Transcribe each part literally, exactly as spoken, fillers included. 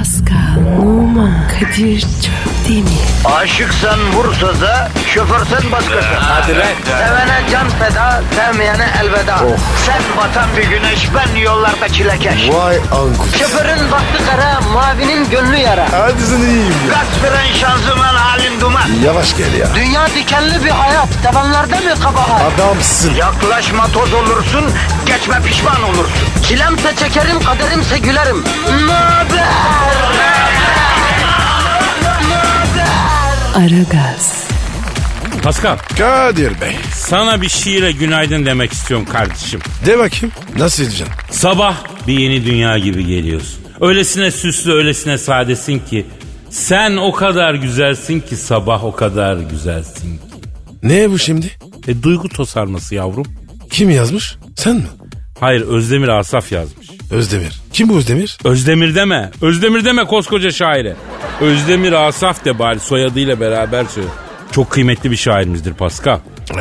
Pascal, Oman, Kadir çok değil mi? Aşıksan vursa da, şoförsen başkasın. Hadi lan. Sevene can feda, sevmeyene elveda. Oh. Sen batan bir güneş, ben yollarda çilekeş. Vay anku. Şoförün baktı kara, mavinin gönlü yara. Hadi sen iyiyim ya. Kasperen şanzıman halin duman. Yavaş gel ya. Dünya dikenli bir hayat, sevenlerde mi kabahar? Adamsın. Yaklaşma toz olursun, geçme pişman olursun. Çilemse çekerim, kaderimse gülerim. Möber! Aragaz. Pascal, Kadir Bey. sana bir şiire günaydın demek istiyorum kardeşim. De bakayım. Nasıl edeceksin? Sabah bir yeni dünya gibi geliyorsun. Öylesine süslü, öylesine sadesin ki. Sen o kadar güzelsin ki, sabah o kadar güzelsin ki. Ne bu şimdi? E duygu tosarması yavrum. Kim yazmış? Sen mi? Hayır, Özdemir Asaf yazmış. Özdemir. Kim bu Özdemir? Özdemir deme. Özdemir deme koskoca şaire. Özdemir Asaf de bari, soyadıyla beraber söyle. Çok kıymetli bir şairimizdir Pascal.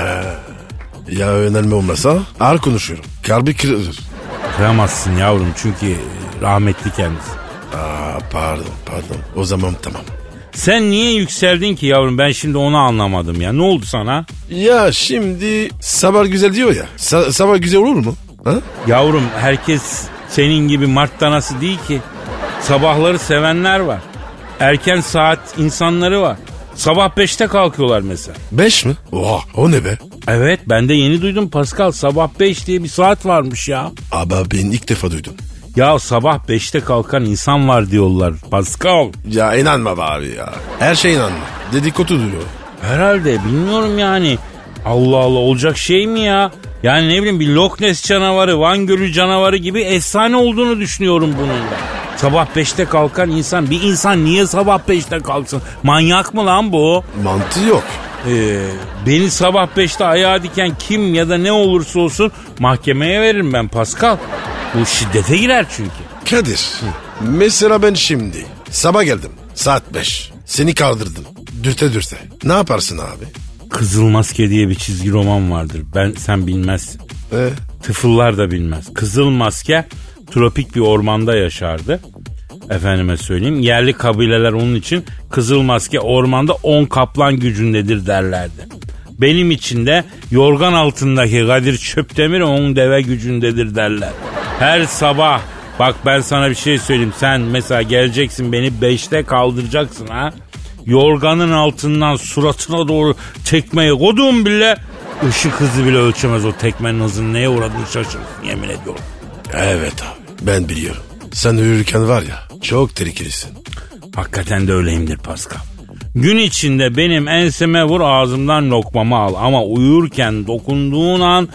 Ya önemli olmasa ağır konuşuyorum. Kalbi kırılır. Kıramazsın yavrum çünkü rahmetli kendisi. Aa, pardon pardon. O zaman tamam. Sen niye yükseldin ki yavrum, ben şimdi onu anlamadım ya. Ne oldu sana? Ya şimdi sabah güzel diyor ya. Sa- sabah güzel olur mu? Ha? Yavrum herkes senin gibi Mart danası değil ki. Sabahları sevenler var. Erken saat insanları var. Sabah beşte kalkıyorlar mesela. Beş mi? Oha, o ne be? Evet, ben de yeni duydum Pascal. Sabah beş diye bir saat varmış ya. Abi ben ilk defa duydum. Ya sabah beşte kalkan insan var diyorlar Pascal. Ya inanma be abi ya. Her şey inanma. Dedikodu duruyor. Herhalde, bilmiyorum yani. Allah Allah, olacak şey mi ya? Yani ne bileyim, bir Loch Ness canavarı, Van Gölü canavarı gibi efsane olduğunu düşünüyorum bunun da. Sabah beşte kalkan insan, bir insan niye sabah beşte kalksın? Manyak mı lan bu? Mantığı yok. Ee, beni sabah beşte ayağa diken kim ya da ne olursa olsun mahkemeye veririm ben Pascal. Bu şiddete girer çünkü. Kadir. Mesela ben şimdi sabah geldim. Saat beş. Seni kaldırdım. Dürte dürte. Ne yaparsın abi? Kızıl Maske diye bir çizgi roman vardır. Ben sen bilmezsin. Ee? Tıfıllar da bilmez. Kızıl Maske tropik bir ormanda yaşardı. Efendime söyleyeyim, yerli kabileler onun için Kızıl Maske ormanda on kaplan gücündedir derlerdi. Benim için de yorgan altındaki Kadir Çöptemir on deve gücündedir derler. Her sabah bak, ben sana bir şey söyleyeyim. Sen mesela geleceksin, beni beşte kaldıracaksın ha. Yorganın altından suratına doğru tekmeyi kodum bile, ışık hızı bile ölçemez o tekmenin hızını, neye uğradığını şaşırırsın, yemin ediyorum. Evet abi, ben biliyorum. Sen uyurken var ya, çok tehlikelisin. Hakikaten de öyleyimdir Pascal. Gün içinde benim enseme vur, ağzımdan lokmamı al. Ama uyurken dokunduğun an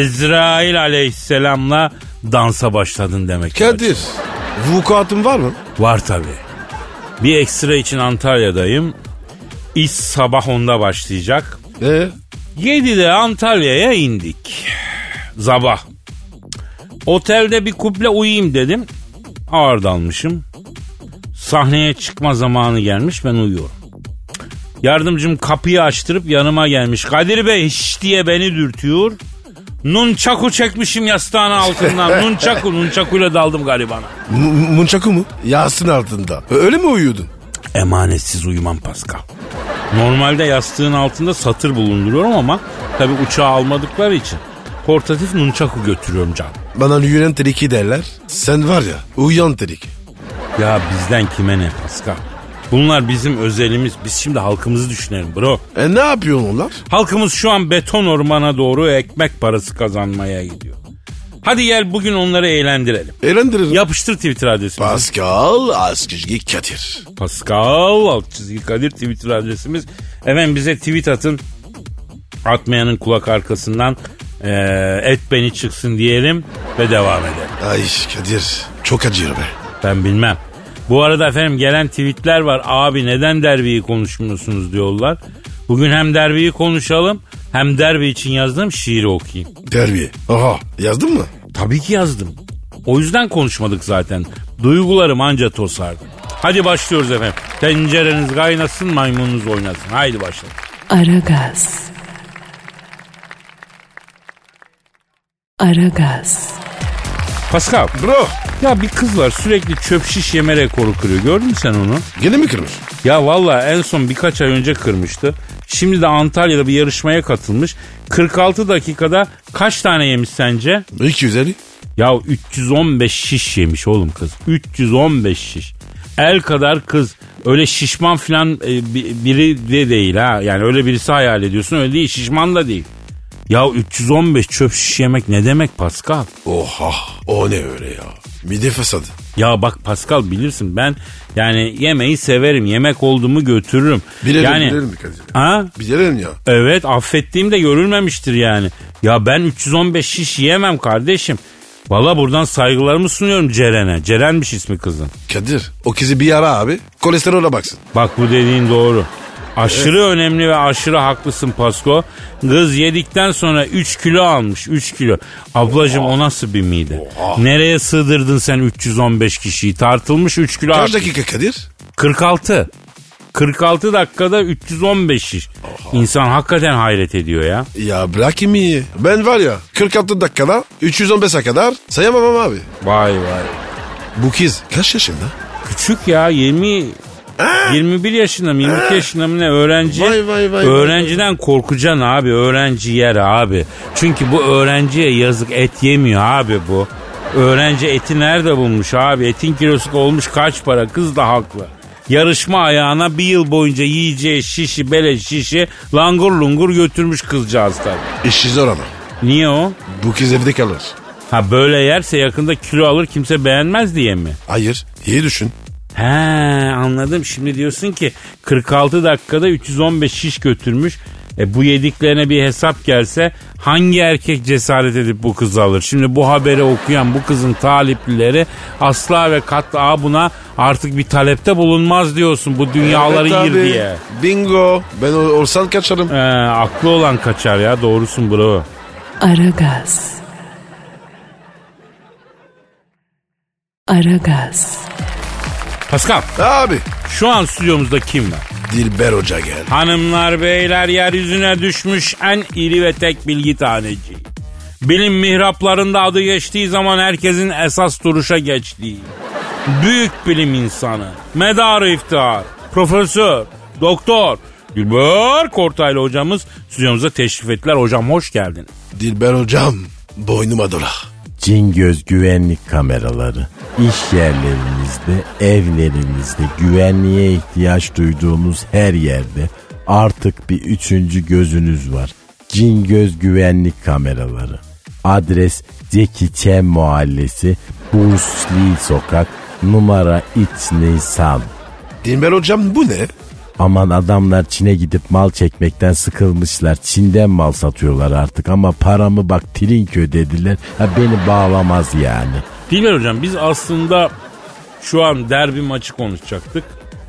Ezrail aleyhisselamla dansa başladın demek. Kadir, vukuatın var mı? Var tabii. Bir ekstra için Antalya'dayım. İş sabah onda başlayacak. Ee? yedide Antalya'ya indik. Sabah. Otelde bir kuple uyuyayım dedim. Ağır dalmışım. Sahneye çıkma zamanı gelmiş, ben uyuyorum. Yardımcım kapıyı açtırıp yanıma gelmiş. Kadir Bey şş diye beni dürtüyor. Nunchaku çekmişim yastığın altından. Nunchaku, nunchakuyla daldım garibana. M- Munçaku mu? Yastığın altında. Öyle mi uyuyordun? Emanetsiz uyumam Pascal. Normalde yastığın altında satır bulunduruyorum ama tabii uçağı almadıkları için portatif nunchaku götürüyorum canım. Bana yürüyen teriki derler. Sen var ya, uyuyan terik. Ya bizden kime ne Pascal? Bunlar bizim özelimiz. Biz şimdi halkımızı düşünelim bro. E ne yapıyorsun onlar? Halkımız şu an beton ormana doğru ekmek parası kazanmaya gidiyor. Hadi gel bugün onları eğlendirelim. Eğlendirir. Yapıştır Twitter adresimizi. Pascal Askizgi Kadir. Pascal alt çizgi Kadir Twitter adresimiz. Efendim bize tweet atın. Atmayanın kulak arkasından e, et beni çıksın diyelim ve devam edelim. Ay Kadir, çok acıyor be. Ben bilmem. Bu arada efendim gelen tweetler var. Abi neden derbiyi konuşmuyorsunuz diyorlar. Bugün hem derbiyi konuşalım hem derbi için yazdığım şiiri okuyayım. Derbi. Aha, yazdın mı? Tabii ki yazdım. O yüzden konuşmadık zaten. Duygularım anca tosardı. Hadi başlıyoruz efendim. Tencereniz kaynasın, maymununuz oynasın. Haydi başlayalım. Aragaz. Aragaz. Pascal. Bro. Ya bir kız var sürekli çöp şiş yeme rekoru kırıyor. Gördün mü sen onu? Gene mi kırmış? Ya valla en son birkaç ay önce kırmıştı. Şimdi de Antalya'da bir yarışmaya katılmış. kırk altı dakikada kaç tane yemiş sence? iki yüz elli. Ya üç yüz on beş şiş yemiş oğlum kız. üç yüz on beş şiş. El kadar kız. Öyle şişman filan e, biri de değil ha. Yani öyle birisi hayal ediyorsun, öyle değil, şişman da değil. Ya üç yüz on beş çöp şiş yemek ne demek Pascal? Oha, o ne öyle ya? Mide fesadı. Ya bak Pascal, bilirsin ben yani yemeği severim. Yemek olduğumu götürürüm. Bilelim, yani, bilelim Kadir. Ha? Bilelim ya. Evet, affettiğim de görülmemiştir yani. Ya ben üç yüz on beş şiş yiyemem kardeşim. Valla buradan saygılarımı sunuyorum Ceren'e. Ceren'miş ismi kızın. Kadir, o kızı bir ara abi. Kolesterole baksın. Bak bu dediğin doğru. Aşırı evet. Önemli ve aşırı haklısın Pasko. Kız yedikten sonra üç kilo almış. üç kilo. Ablacığım Oha. O nasıl bir mide? Oha. Nereye sığdırdın sen üç yüz on beş kişiyi? Tartılmış üç kilo. Kaç dakika Kadir? kırk altı. kırk altı dakikada üç yüz on beş şiş. Oha. İnsan hakikaten hayret ediyor ya. Ya bırak yemeği. Ben var ya kırk altı dakikada üç yüz on beşe kadar sayamam abi. Vay vay. Bu kız kaç yaşında? Küçük ya, yirmi... yirmi bir yaşında mı yirmi iki yaşında mı ne, öğrenci. Vay vay vay. Öğrenciden vay. korkacaksın abi, öğrenci yer abi. Çünkü bu öğrenciye yazık, et yemiyor abi bu. Öğrenci eti nerede bulmuş abi? Etin kilosu olmuş kaç para? Kız da haklı. Yarışma ayağına bir yıl boyunca yiyeceği şişi beleş şişi langur lungur götürmüş kızcağız tabii. İşi zor ama. Niye o? Bu kız evde kalır. Ha böyle yerse yakında kilo alır, kimse beğenmez diye mi? Hayır, iyi düşün. He anladım. Şimdi diyorsun ki kırk altı dakikada üç yüz on beş şiş götürmüş. E bu yediklerine bir hesap gelse hangi erkek cesaret edip bu kızı alır? Şimdi bu haberi okuyan bu kızın taliplileri asla ve katla buna artık bir talepte bulunmaz diyorsun. Bu dünyaları evet, yir diye. Bingo. Ben olsan kaçarım. He, aklı olan kaçar ya, doğrusun bravo. Aragaz. Aragaz. Pascal. Abi. Şu an stüdyomuzda kim var? Dilber Hoca geldi. Hanımlar beyler, yeryüzüne düşmüş en iri ve tek bilgi taneci. Bilim mihraplarında adı geçtiği zaman herkesin esas duruşa geçtiği. Büyük bilim insanı, medar-ı iftihar, profesör, doktor Dilber Kortaylı hocamız stüdyomuza teşrif ettiler. Hocam hoş geldin. Dilber Hocam, boynuma dola. Cingöz güvenlik kameraları, iş yerlerinizde, evlerinizde, güvenliğe ihtiyaç duyduğunuz her yerde artık bir üçüncü gözünüz var. Cingöz güvenlik kameraları. Adres Jackie Chan Mahallesi, Bursli Sokak, numara üç Nisan. Dilber Hocam bu ne? Aman adamlar Çin'e gidip mal çekmekten sıkılmışlar. Çin'den mal satıyorlar artık ama paramı bak trink ödediler. Ha, beni bağlamaz yani. Dilber hocam, biz aslında şu an derbi maçı konuşacaktık.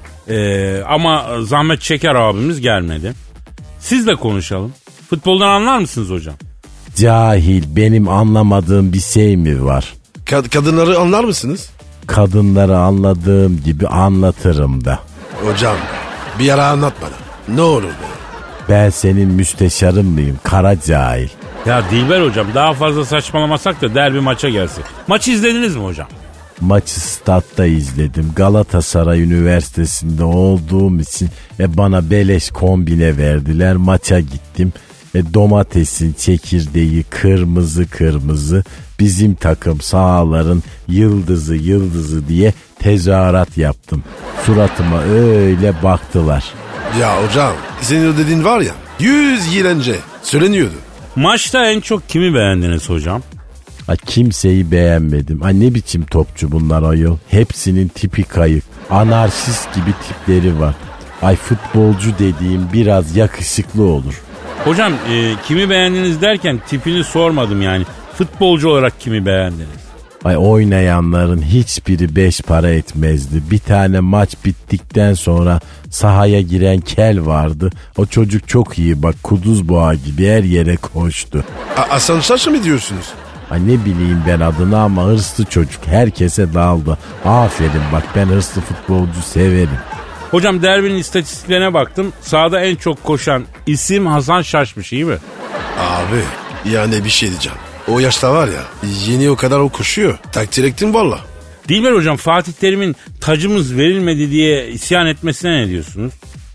Ee, ama Zahmet Çeker abimiz gelmedi. Sizle konuşalım. Futboldan anlar mısınız hocam? Cahil, benim anlamadığım bir şey mi var? Kad- kadınları anlar mısınız? Kadınları anladığım gibi anlatırım da. Hocam bir ara anlat bana. Ne olur be. Ben senin müsteşarın mıyım? Kara cahil. Ya Dilber hocam, daha fazla saçmalamasak da derbi maça gelsin. Maçı izlediniz mi hocam? Maçı statta izledim. Galatasaray Üniversitesi'nde olduğum için ve bana beleş kombine verdiler. Maça gittim. E, domatesin çekirdeği kırmızı kırmızı, bizim takım sahaların yıldızı yıldızı diye tezahürat yaptım. Suratıma öyle baktılar. Ya hocam senin o dediğin var ya yüz yıl önce söyleniyordu. Maçta en çok kimi beğendiniz hocam? Ha, kimseyi beğenmedim. Ha, ne biçim topçu bunlar ayol. Hepsinin tipi kayık. Anarşist gibi tipleri var. Ay futbolcu dediğim biraz yakışıklı olur. Hocam e, kimi beğendiniz derken tipini sormadım yani. Futbolcu olarak kimi beğendiniz? Ay oynayanların hiçbiri beş para etmezdi. Bir tane maç bittikten sonra sahaya giren kel vardı. O çocuk çok iyi bak, kuduz boğa gibi her yere koştu. A- Hasan Şaş'ı mı diyorsunuz? Ay ne bileyim ben adını ama hırslı çocuk, herkese daldı. Aferin bak, ben hırslı futbolcu severim. Hocam derbinin istatistiklerine baktım. Sahada en çok koşan isim Hasan Şaş'mış, iyi mi? Abi yani bir şey diyeceğim. O yaşta var ya yeni o kadar o koşuyor. Takdir ettim valla. Dilber hocam, Fatih Terim'in tacımız verilmedi diye isyan etmesine ne diyorsunuz?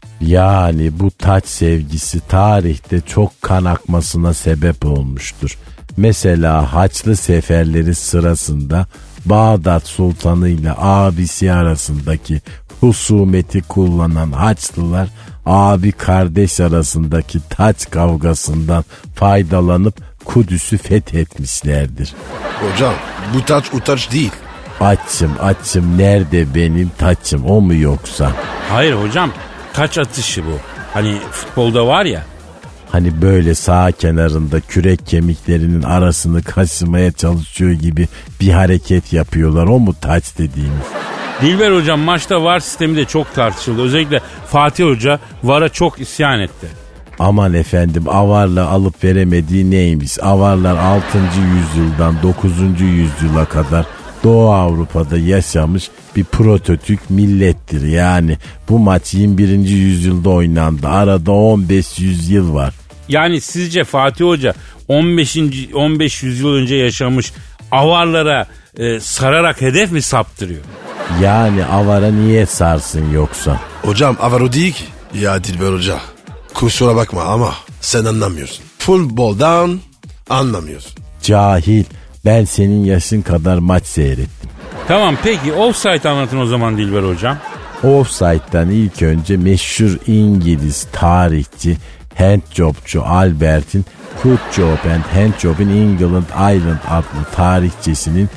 Yani bu taç sevgisi tarihte çok kan akmasına sebep olmuştur. Mesela Haçlı seferleri sırasında Bağdat Sultanı ile abisi arasındaki husumeti kullanan Haçlılar abi kardeş arasındaki taç kavgasından faydalanıp Kudüs'ü fethetmişlerdir. Hocam bu taç utanç değil. Açım açım nerede benim taçım, o mu yoksa? Hayır hocam, taç atışı bu. Hani futbolda var ya. Hani böyle sağ kenarında kürek kemiklerinin arasını kaşımaya çalışıyor gibi bir hareket yapıyorlar, o mu taç dediğimiz? Dilber hocam, maçta V A R sistemi de çok tartışıldı. Özellikle Fatih Hoca V A R'a çok isyan etti. Aman efendim, avarla alıp veremediği neymiş? Avarlar altıncı yüzyıldan dokuzuncu yüzyıla kadar Doğu Avrupa'da yaşamış bir prototip millettir. Yani bu maç yirmi birinci yüzyılda oynandı. Arada on beş yüzyıl var. Yani sizce Fatih Hoca on beşinci on beş yüzyıl önce yaşamış avarlara e, sararak hedef mi saptırıyor? Yani avara niye sarsın yoksa? Hocam avar o değil ki. Ya Dilber Hoca kusura bakma ama sen anlamıyorsun. Full ball down anlamıyorsun. Cahil, ben senin yaşın kadar maç seyrettim. Tamam, peki offside anlatın o zaman Dilber hocam. Offside'dan ilk önce meşhur İngiliz tarihçi handjobçu Albert'in Foot Job and Handjob in England Island adlı tarihçesinin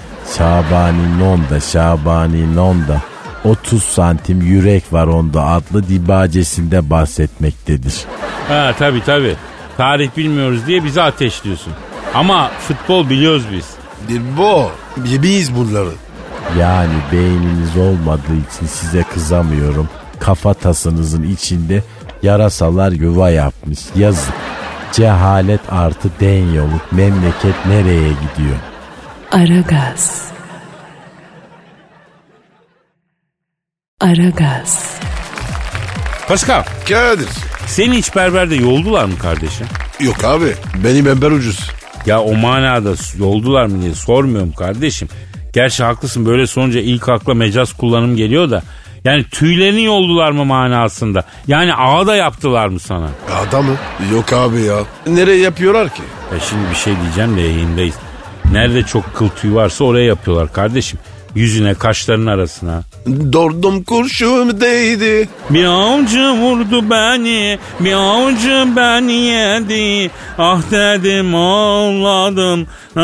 Şabani Nonda Şabani Nonda otuz santim yürek var onda adlı dibacesinde bahsetmektedir. Ha tabii tabii. Tarih bilmiyoruz diye bizi ateşliyorsun. Ama futbol biliyoruz biz. Dilbo biz bunları. Yani beyniniz olmadığı için size kızamıyorum. Kafatasınızın içinde yarasalar yuva yapmış. Yazık. Cehalet artı denyoluk, memleket nereye gidiyor? Aragaz. Aragaz. Pascal, Kadir. seni hiç berberde yoldular mı kardeşim? Yok abi benim ember ucuz. Ya o manada yoldular mı diye sormuyorum kardeşim. Gerçi haklısın, böyle sorunca ilk akla mecaz kullanım geliyor da. Yani tüylerini yoldular mı manasında? Yani ağa da yaptılar mı sana? Ağda mı? Yok abi ya. Nereye yapıyorlar ki? Ya şimdi bir şey diyeceğim de yayındayız. Nerede çok kıl tüy varsa oraya yapıyorlar kardeşim. Yüzüne, kaşların arasına. Dordum kurşun değdi. Bir avcı vurdu beni, bir avcı beni yedi. Ah dedim, ağladım.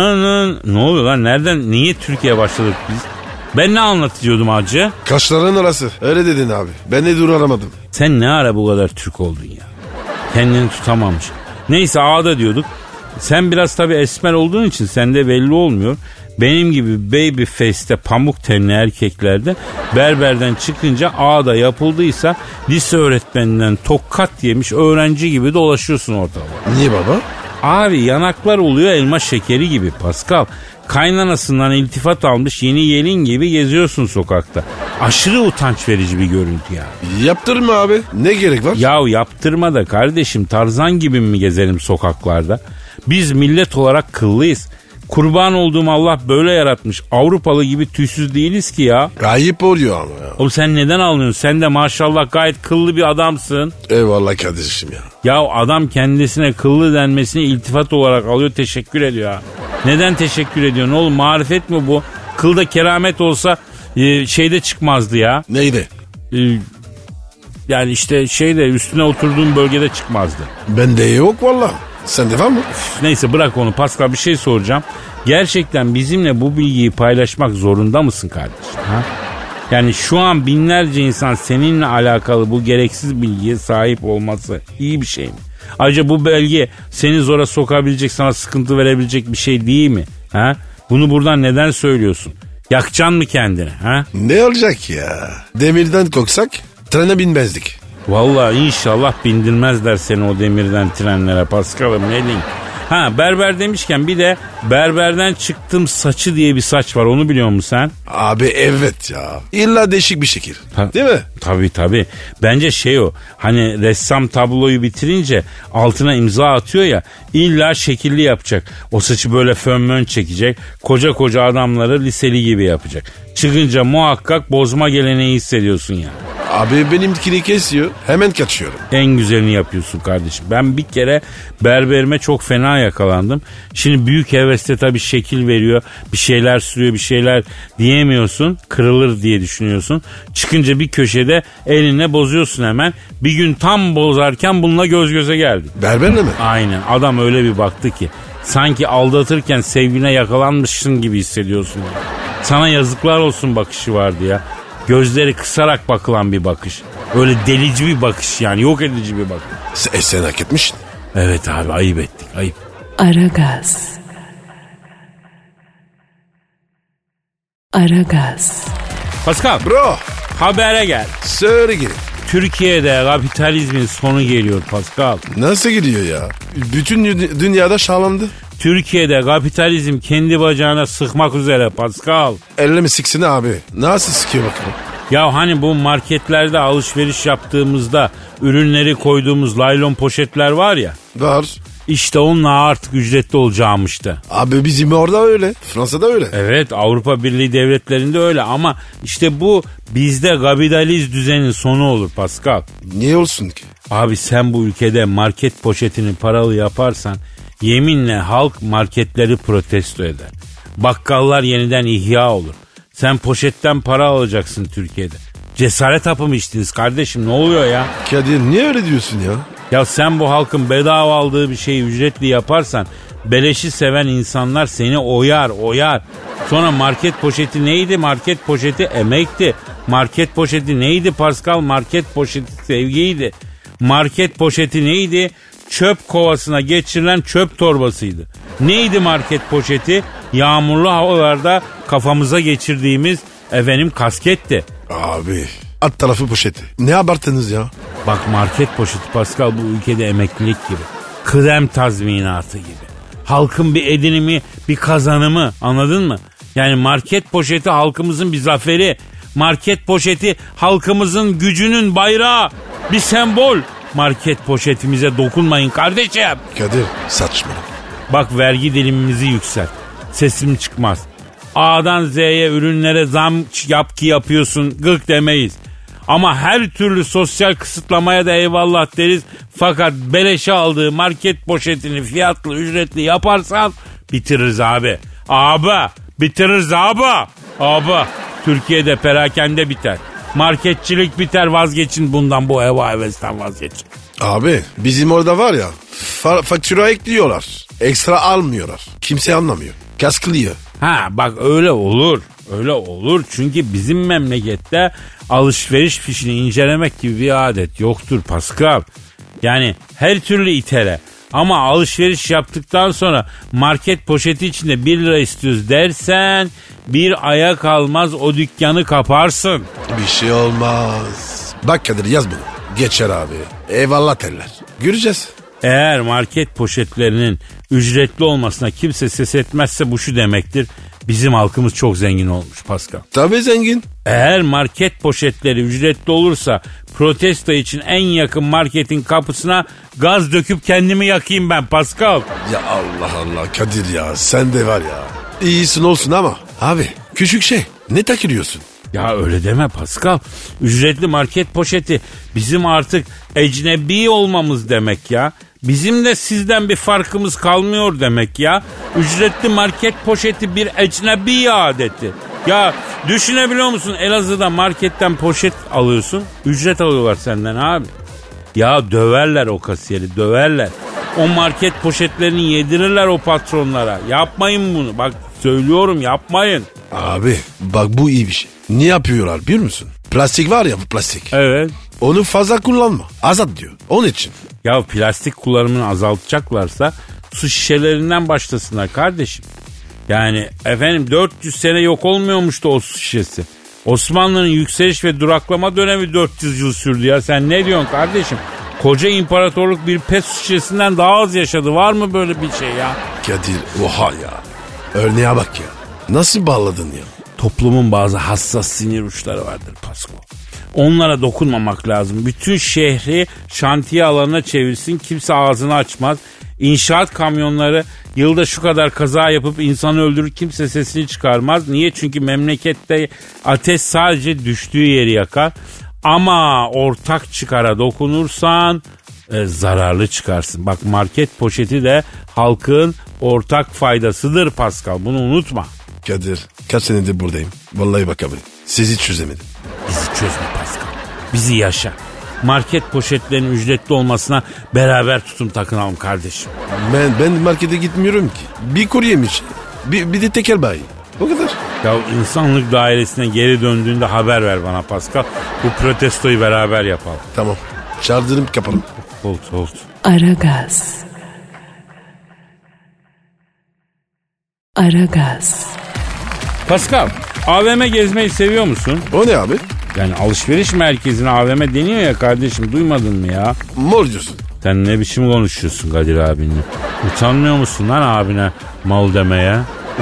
Ne oluyor lan? Nereden, niye Türkiye'ye başladık biz? Ben ne anlatıyordum hacı? Kaşların arası. Öyle dedin abi. Ben de duramadım. Sen ne ara bu kadar Türk oldun ya? Kendini tutamamış. Neyse, ağda diyorduk. Sen biraz tabii esmer olduğun için sende belli olmuyor. Benim gibi baby face'te pamuk tenli erkeklerde berberden çıkınca ağda yapıldıysa lise öğretmeninden tokat yemiş öğrenci gibi dolaşıyorsun ortalıkta. Niye baba? Abi yanaklar oluyor elma şekeri gibi Pascal. Kaynanasından iltifat almış yeni gelin gibi geziyorsun sokakta. Aşırı utanç verici bir görüntü ya. Yaptırma abi. Ne gerek var? Yahu yaptırma da kardeşim, Tarzan gibi mi gezelim sokaklarda? Biz millet olarak kıllıyız. Kurban olduğum Allah böyle yaratmış. Avrupalı gibi tüysüz değiliz ki ya. Ayıp oluyor ama ya. Oğlum sen neden alıyorsun? Sen de maşallah gayet kıllı bir adamsın. Eyvallah kardeşim ya. Ya adam kendisine kıllı denmesini iltifat olarak alıyor, teşekkür ediyor ha. Neden teşekkür ediyorsun oğlum? Marifet mi bu? Kılda keramet olsa e, şeyde çıkmazdı ya. Neydi? E, yani işte şeyde üstüne oturduğum bölgede çıkmazdı. Bende yok valla. Sende var mı? Neyse bırak onu Pascal, bir şey soracağım. Gerçekten bizimle bu bilgiyi paylaşmak zorunda mısın kardeşim? Ha? Yani şu an binlerce insan seninle alakalı bu gereksiz bilgiye sahip olması iyi bir şey mi? Ayrıca bu belge seni zora sokabilecek, sana sıkıntı verebilecek bir şey değil mi? Ha? Bunu buradan neden söylüyorsun? Yakacaksın mı kendini? Ha? Ne olacak ya? Demirden koksak trene binmezdik. Vallahi inşallah bindirmezler seni o demirden trenlere Paskal'ım, ne diyeyim. Ha berber demişken bir de berberden çıktım saçı diye bir saç var, onu biliyor musun sen? Abi evet ya. İlla değişik bir şekil. Ta- Değil mi? Tabii tabii. Bence şey o, hani ressam tabloyu bitirince altına imza atıyor ya, illa şekilli yapacak. O saçı böyle fön mön çekecek. Koca koca adamları liseli gibi yapacak. Çıkınca muhakkak bozma geleneği hissediyorsun ya. Abi benimkini kesiyor. Hemen kaçıyorum. En güzelini yapıyorsun kardeşim. Ben bir kere berberime çok fena yakalandım. Şimdi büyük heveste tabii şekil veriyor. Bir şeyler sürüyor, bir şeyler diyemiyorsun. Kırılır diye düşünüyorsun. Çıkınca bir köşede eline bozuyorsun hemen. Bir gün tam bozarken bununla göz göze geldik. Berberle mi? Aynen. Adam öyle bir baktı ki sanki aldatırken sevgiline yakalanmışsın gibi hissediyorsun. Ya. Sana yazıklar olsun bakışı vardı ya. Gözleri kısarak bakılan bir bakış. Öyle delici bir bakış yani, yok edici bir bakış. Sen, sen hak etmişsin. Evet abi, ayıp ettik, ayıp. Aragaz. Aragaz. Pascal, Bro. habere gel. Söyle geri. Türkiye'de kapitalizmin sonu geliyor Pascal. Nasıl gidiyor ya? Bütün dü- dünyada şahlandı. Türkiye'de kapitalizm kendi bacağına sıkmak üzere Pascal. Elle mi siksin abi? Nasıl sıkıyor bakalım? Ya hani bu marketlerde alışveriş yaptığımızda ürünleri koyduğumuz laylon poşetler var ya. Var. İşte onunla artık ücretli olacağımıştı. Abi bizim orada öyle. Fransa'da öyle. Evet, Avrupa Birliği devletlerinde öyle ama işte bu bizde kapitalizm düzenin sonu olur Pascal. Niye olsun ki? Abi sen bu ülkede market poşetini paralı yaparsan yeminle halk marketleri protesto eder. Bakkallar yeniden ihya olur. Sen poşetten para alacaksın Türkiye'de. Cesaret hapı mı içtiniz kardeşim, ne oluyor ya? Kadir niye öyle diyorsun ya? Ya sen bu halkın bedava aldığı bir şeyi ücretli yaparsan beleşi seven insanlar seni oyar oyar. Sonra market poşeti neydi? Market poşeti emekti. Market poşeti neydi Pascal? Market poşeti sevgiydi. Market poşeti neydi? Çöp kovasına geçirilen çöp torbasıydı. Neydi market poşeti? Yağmurlu havalarda kafamıza geçirdiğimiz efendim kasketti. Abi alt tarafı poşeti. Ne abarttınız ya? Bak market poşeti Pascal bu ülkede emeklilik gibi. Kıdem tazminatı gibi. Halkın bir edinimi, bir kazanımı, anladın mı? Yani market poşeti halkımızın bir zaferi. Market poşeti halkımızın gücünün bayrağı. Bir sembol. Market poşetimize dokunmayın kardeşim. Kadir saçma. Bak vergi dilimimizi yükselt. Sesim çıkmaz. A'dan Z'ye ürünlere zam yap ki yapıyorsun, gık demeyiz. Ama her türlü sosyal kısıtlamaya da eyvallah deriz. Fakat beleşe aldığı market poşetini fiyatlı ücretli yaparsan bitiririz abi. Abi bitiririz abi. Abi Türkiye'de perakende biter. Marketçilik biter, vazgeçin bundan, bu heva hevesten vazgeçin. Abi bizim orada var ya fa- faktura ekliyorlar. Ekstra almıyorlar. Kimse anlamıyor. Kaskılıyor. Ha bak öyle olur. Öyle olur çünkü bizim memlekette alışveriş fişini incelemek gibi bir adet yoktur Pascal. Yani her türlü itele. Ama alışveriş yaptıktan sonra market poşeti içinde bir lira istiyoruz dersen bir aya kalmaz o dükkanı kaparsın. Bir şey olmaz. Bak Kadir yaz bunu. Geçer abi. Eyvallah teller. Göreceğiz. Eğer market poşetlerinin ücretli olmasına kimse ses etmezse bu şu demektir. Bizim halkımız çok zengin olmuş Pascal. Tabii zengin. Eğer market poşetleri ücretli olursa protesto için en yakın marketin kapısına gaz döküp kendimi yakayım ben Pascal. Ya Allah Allah Kadir ya sen de var ya. İyisin olsun ama abi küçük şey ne takılıyorsun? Ya öyle deme Pascal. Ücretli market poşeti bizim artık ecnebi olmamız demek ya. Bizim de sizden bir farkımız kalmıyor demek ya. Ücretli market poşeti bir ecnebi adeti. Ya düşünebiliyor musun, Elazığ'da marketten poşet alıyorsun, ücret alıyorlar senden abi. Ya döverler o kasiyeri, döverler. O market poşetlerini yedirirler o patronlara. Yapmayın bunu, bak söylüyorum, yapmayın. Abi bak bu iyi bir şey. Ne yapıyorlar biliyor musun? Plastik var ya bu plastik. Evet. Onu fazla kullanma. Azat diyor. Onun için. Ya plastik kullanımını azaltacaklarsa su şişelerinden başlasınlar kardeşim. Yani efendim dört yüz sene yok olmuyormuştu o su şişesi. Osmanlı'nın yükseliş ve duraklama dönemi dört yüz yıl sürdü ya. Sen ne diyorsun kardeşim? Koca imparatorluk bir pet şişesinden daha az yaşadı. Var mı böyle bir şey ya? Kadir oha ya. Örneğe bak ya. Nasıl bağladın ya? Toplumun bazı hassas sinir uçları vardır Pasko. Onlara dokunmamak lazım. Bütün şehri şantiye alanına çevirsin. Kimse ağzını açmaz. İnşaat kamyonları yılda şu kadar kaza yapıp insanı öldürür. Kimse sesini çıkarmaz. Niye? Çünkü memlekette ateş sadece düştüğü yeri yakar. Ama ortak çıkara dokunursan e, zararlı çıkarsın. Bak market poşeti de halkın ortak faydasıdır Pascal. Bunu unutma. Kadir kaç senedir buradayım. Vallahi bak abi sizi çözemedim. Bizi çözme Pascal. Bizi yaşa. Market poşetlerinin ücretli olmasına beraber tutum takınalım kardeşim. Ben ben markete gitmiyorum ki. Bir kuru yemiş. Bir, bir de tekel bayi. O kadar. Ya insanlık dairesine geri döndüğünde haber ver bana Pascal. Bu protestoyu beraber yapalım. Tamam. Çaldırım kapalım. Oldu oldu. Aragaz. Aragaz. Pascal, A V M gezmeyi seviyor musun? O ne abi? Yani alışveriş merkezine A V M deniyor ya kardeşim, duymadın mı ya? Mor diyorsun. Sen ne biçim konuşuyorsun Kadir abinle? Utanmıyor musun lan abine mal demeye?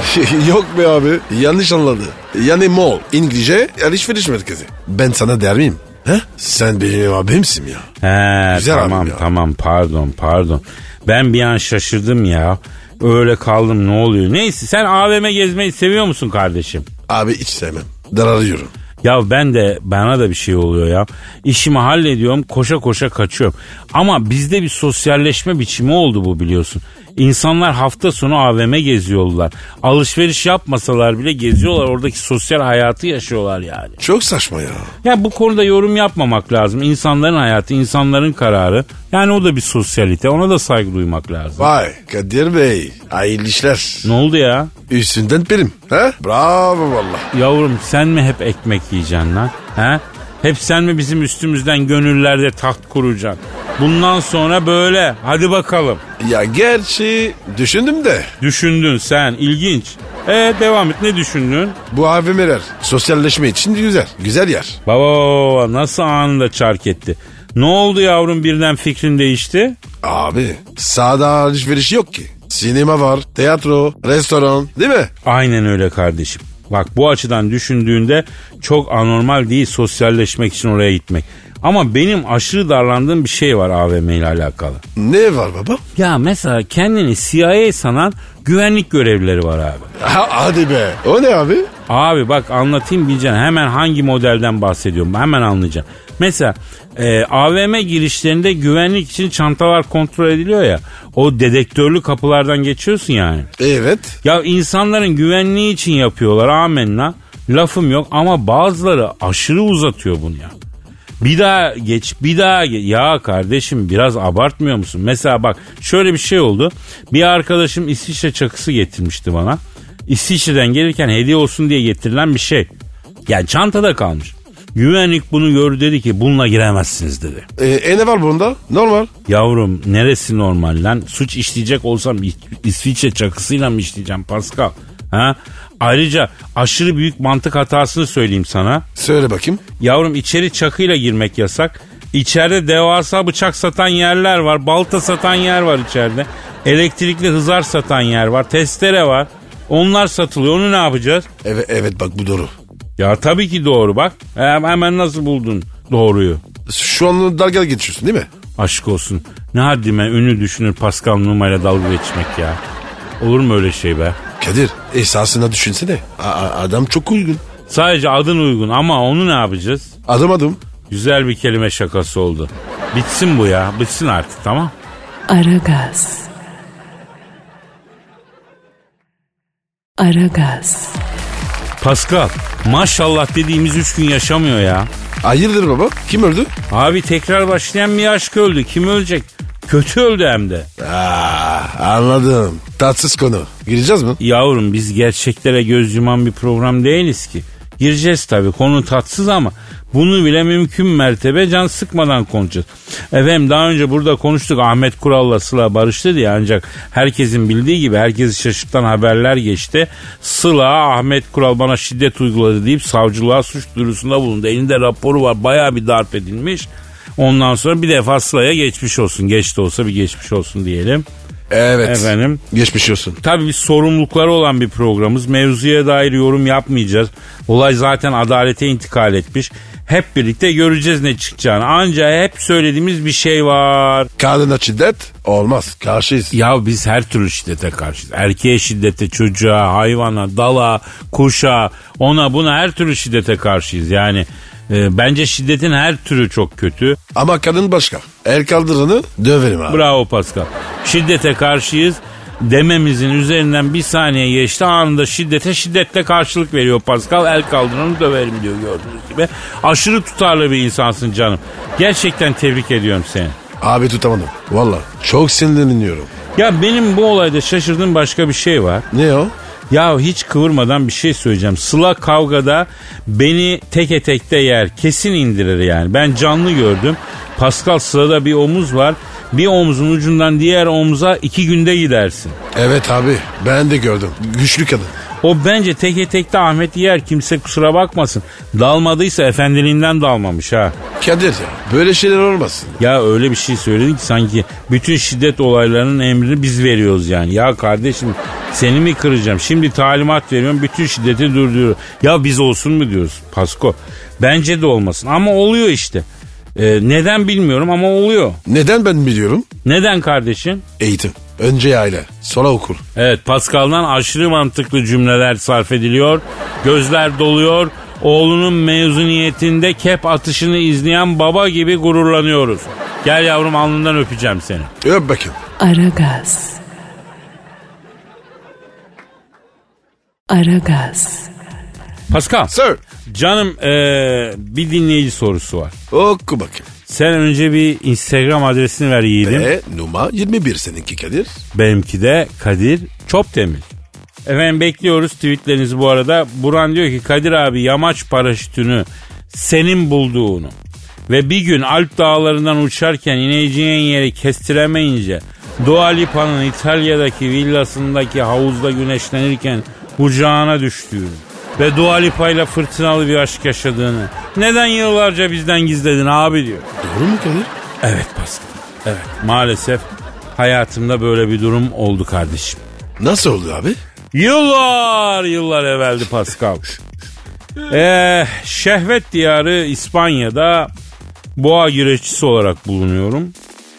Yok be abi yanlış anladı. Yani mall İngilizce alışveriş merkezi. Ben sana der miyim? He? Sen benim abimsin ya. He Güzel tamam ya. tamam pardon pardon. Ben bir an şaşırdım ya. Öyle kaldım, ne oluyor? Neyse, sen A V M gezmeyi seviyor musun kardeşim? Abi hiç sevmem. Dararıyorum. Ya ben de, bana da bir şey oluyor ya. İşimi hallediyorum, koşa koşa kaçıyorum. Ama bizde bir sosyalleşme biçimi oldu bu, biliyorsun. İnsanlar hafta sonu A V M geziyorlar. Alışveriş yapmasalar bile geziyorlar. Oradaki sosyal hayatı yaşıyorlar yani. Çok saçma ya. Ya bu konuda yorum yapmamak lazım. İnsanların hayatı, insanların kararı. Yani o da bir sosyalite. Ona da saygı duymak lazım. Vay Kadir Bey. Hayırlı işler. Ne oldu ya? Üstünden perim. He? Bravo valla. Yavrum, sen mi hep ekmek yiyeceksin lan? He? Hep sen mi bizim üstümüzden gönüllerde taht kuracaksın? Bundan sonra böyle. Hadi bakalım. Ya gerçi düşündüm de. Düşündün sen. İlginç. E devam et. Ne düşündün? Bu A V M'ler sosyalleşme için güzel. Güzel yer. Baba baba, nasıl anında çark etti? Ne oldu yavrum, birden fikrin değişti? Abi sahada alışveriş yok ki. Sinema var, tiyatro, restoran değil mi? Aynen öyle kardeşim. Bak, bu açıdan düşündüğünde çok anormal değil sosyalleşmek için oraya gitmek. Ama benim aşırı darlandığım bir şey var A V M ile alakalı. Ne var baba? Ya mesela kendini C I A sanan güvenlik görevlileri var abi. Ha, hadi be. O ne abi? Abi bak, anlatayım bileceksin. Hemen hangi modelden bahsediyorum, hemen anlayacaksın. Mesela e, A V M girişlerinde güvenlik için çantalar kontrol ediliyor ya. O dedektörlü kapılardan geçiyorsun yani. Evet. Ya insanların güvenliği için yapıyorlar, amenna. Lafım yok ama bazıları aşırı uzatıyor bunu ya. Bir daha geç, bir daha geç. Ya kardeşim, biraz abartmıyor musun? Mesela bak, şöyle bir şey oldu. Bir arkadaşım İsviçre çakısı getirmişti bana. İsviçre'den gelirken hediye olsun diye getirilen bir şey. Yani çantada kalmış. Güvenlik bunu gördü, dedi ki bununla giremezsiniz dedi. E, e ne var bunda? Normal. Yavrum, neresi normal lan? Suç işleyecek olsam İsviçre çakısıyla mı işleyeceğim Pascal? Ha? Ayrıca aşırı büyük mantık hatasını söyleyeyim sana. Söyle bakayım. Yavrum, içeri çakıyla girmek yasak. İçeride devasa bıçak satan yerler var. Balta satan yer var içeride. Elektrikli hızar satan yer var. Testere var. Onlar satılıyor. Onu ne yapacağız? Evet, evet bak bu doğru. Ya tabii ki doğru bak. Hemen nasıl buldun doğruyu? Şu an dalga geçiyorsun değil mi? Aşk olsun. Ne haddime ünlü düşünür Pascal Numa'yla dalga geçmek ya. Olur mu öyle şey be? Kadir esasına düşünsene. A- adam çok uygun. Sadece adın uygun ama onu ne yapacağız? Adım adım. Güzel bir kelime şakası oldu. Bitsin bu ya. Bitsin artık, tamam. Aragaz. Aragaz. Pascal, maşallah dediğimiz üç gün yaşamıyor ya. Hayırdır baba? Kim öldü? Abi tekrar başlayan bir aşk öldü. Kim ölecek? Kötü öldü hem de. Aa, anladım. Tatsız konu. Gireceğiz mi? Yavrum, biz gerçeklere göz yuman bir program değiliz ki. Gireceğiz tabii, konu tatsız ama bunu bile mümkün mertebe can sıkmadan konuşacağız. Efendim, daha önce burada konuştuk, Ahmet Kural'la Sıla barıştı diye, ancak herkesin bildiği gibi herkesi şaşırtan haberler geçti. Sıla, Ahmet Kural bana şiddet uyguladı deyip savcılığa suç duyurusunda bulundu. Elinde raporu var, bayağı bir darp edilmiş. Ondan sonra bir defa Sıla'ya geçmiş olsun. Geç de olsa bir geçmiş olsun diyelim. Evet. Efendim. Geçmiş olsun. Tabii biz sorumlulukları olan bir programız. Mevzuya dair yorum yapmayacağız. Olay zaten adalete intikal etmiş. Hep birlikte göreceğiz ne çıkacağını. Ancak hep söylediğimiz bir şey var. Kadına şiddet olmaz. Karşıyız. Ya biz her türlü şiddete karşıyız. Erkeğe şiddete, çocuğa, hayvana, dala, kuşa, ona buna her türlü şiddete karşıyız. Yani e, bence şiddetin her türü çok kötü. Ama kadın başka. El kaldıranı döverim abi. Bravo Pascal. Şiddete karşıyız dememizin üzerinden bir saniye geçti, anında şiddete şiddetle karşılık veriyor Pascal. El kaldıranı döverim diyor, gördüğünüz gibi. Aşırı tutarlı bir insansın canım. Gerçekten tebrik ediyorum seni. Abi tutamadım. Valla çok sinirleniyorum. Ya benim bu olayda şaşırdığım başka bir şey var. Ne o? Ya hiç kıvırmadan bir şey söyleyeceğim. Sıla kavgada beni teke tekte yer. Kesin indirir yani. Ben canlı gördüm. Pascal, Sıla'da bir omuz var. Bir omuzun ucundan diğer omuza iki günde gidersin. Evet abi ben de gördüm. Güçlü kadın. O bence teke tekte Ahmet yer. Kimse kusura bakmasın. Dalmadıysa efendiliğinden dalmamış ha. Kadir ya böyle şeyler olmasın. Ya öyle bir şey söyledin ki sanki bütün şiddet olaylarının emrini biz veriyoruz yani. Ya kardeşim seni mi kıracağım? Şimdi talimat veriyorum, bütün şiddeti durduruyor. Ya biz olsun mu diyoruz Pasko? Bence de olmasın ama oluyor işte. Ee, neden bilmiyorum ama oluyor. Neden ben biliyorum? Neden kardeşim? Eğitim. Önce aile, sonra okul. Evet, Pascal'dan aşırı mantıklı cümleler sarf ediliyor. Gözler doluyor. Oğlunun mezuniyetinde kep atışını izleyen baba gibi gururlanıyoruz. Gel yavrum, alnından öpeceğim seni. Öp bakayım. Aragaz. Aragaz. Pascal. Sir. Canım ee, bir dinleyici sorusu var. Oku bakayım. Sen önce bir Instagram adresini ver yiğidim. E, numara yirmi bir seninki Kadir. Benimki de Kadir Çopdemir. Efendim bekliyoruz tweetlerinizi bu arada. Buran diyor ki Kadir abi, yamaç paraşütünü senin bulduğunu ve bir gün Alp dağlarından uçarken ineceğin yeri kestiremeyince Dua Lipa'nın İtalya'daki villasındaki havuzda güneşlenirken kucağına düştüğünü ve Dua Lipa ile fırtınalı bir aşk yaşadığını neden yıllarca bizden gizledin abi diyor. Doğru mu Kadir? Evet Pascal. Evet, maalesef hayatımda böyle bir durum oldu kardeşim. Nasıl oldu abi? Yıllar yıllar evveldi Pascal. ee, şehvet diyarı İspanya'da boğa güreşçisi olarak bulunuyorum.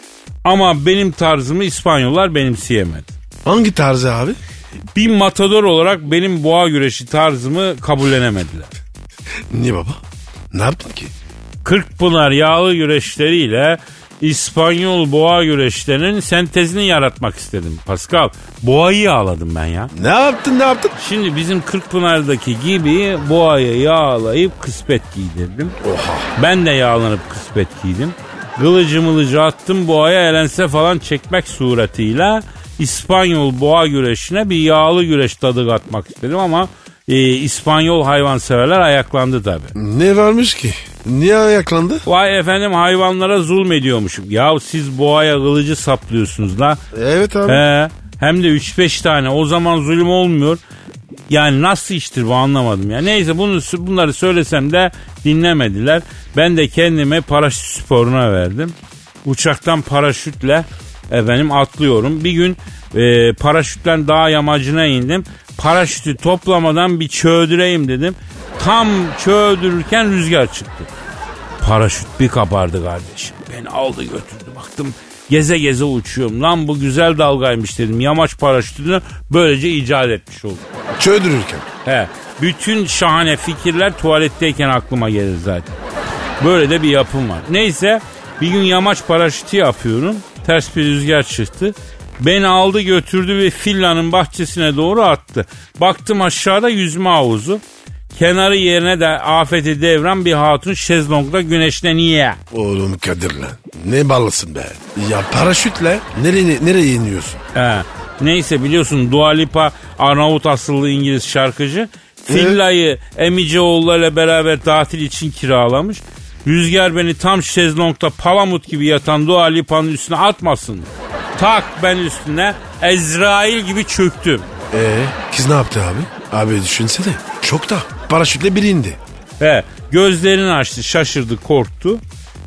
Ama benim tarzımı İspanyollar benimseyemedi. Hangi tarzı abi? Bir matador olarak benim boğa güreşi tarzımı kabullenemediler. Niye baba? Ne yaptın ki? Kırkpınar yağlı güreşleriyle İspanyol boğa güreşlerinin sentezini yaratmak istedim Pascal. Boğayı yağladım ben ya. Ne yaptın ne yaptın? Şimdi bizim Kırkpınar'daki gibi boğayı yağlayıp kıspet giydirdim. Oha. Ben de yağlanıp kıspet giydim. Kılıcı mılıcı attım, boğaya elense falan çekmek suretiyle İspanyol boğa güreşine bir yağlı güreş tadı katmak istedim ama e, İspanyol hayvanseverler ayaklandı tabi. Ne varmış ki? Niye ayaklandı? Vay efendim, hayvanlara zulmediyormuşum. Ya siz boğaya kılıcı saplıyorsunuz la. Evet abi. He, hem de üç beş tane, o zaman zulüm olmuyor. Yani nasıl iştir bu, anlamadım ya. Neyse, bunu bunları söylesem de dinlemediler. Ben de kendime paraşüt sporuna verdim. Uçaktan paraşütle efendim atlıyorum. Bir gün e, paraşütle dağ yamacına indim. Paraşütü toplamadan bir çöldüreyim dedim. Tam çöldürürken rüzgar çıktı. Paraşüt bir kabardı kardeşim. Beni aldı götürdü. Baktım geze geze uçuyorum. Lan bu güzel dalgaymış dedim. Yamaç paraşütünü böylece icat etmiş oldum. Çöldürürken. He, bütün şahane fikirler tuvaletteyken aklıma gelir zaten. Böyle de bir yapım var. Neyse, bir gün yamaç paraşütü yapıyorum. Ters bir rüzgar çıktı. Beni aldı götürdü ve villanın bahçesine doğru attı. Baktım aşağıda yüzme havuzu. Kenarı yerine de afeti devran bir hatun şezlongda güneşleniyor. Oğlum Kadir lan. Ne ballısın be. Ya paraşütle nereye, nereye iniyorsun? He. Neyse, biliyorsun Dua Lipa Arnavut asıllı İngiliz şarkıcı. Villayı Emiceoğullarıyla beraber tatil için kiralamış. Rüzgar beni tam şezlongda palamut gibi yatan Dua Lipa'nın üstüne atmasın. Tak ben üstüne Ezrail gibi çöktüm. Ee, kız ne yaptı abi? Abi düşünsene. Çok da paraşütle biri indi. He, gözlerini açtı, şaşırdı, korktu.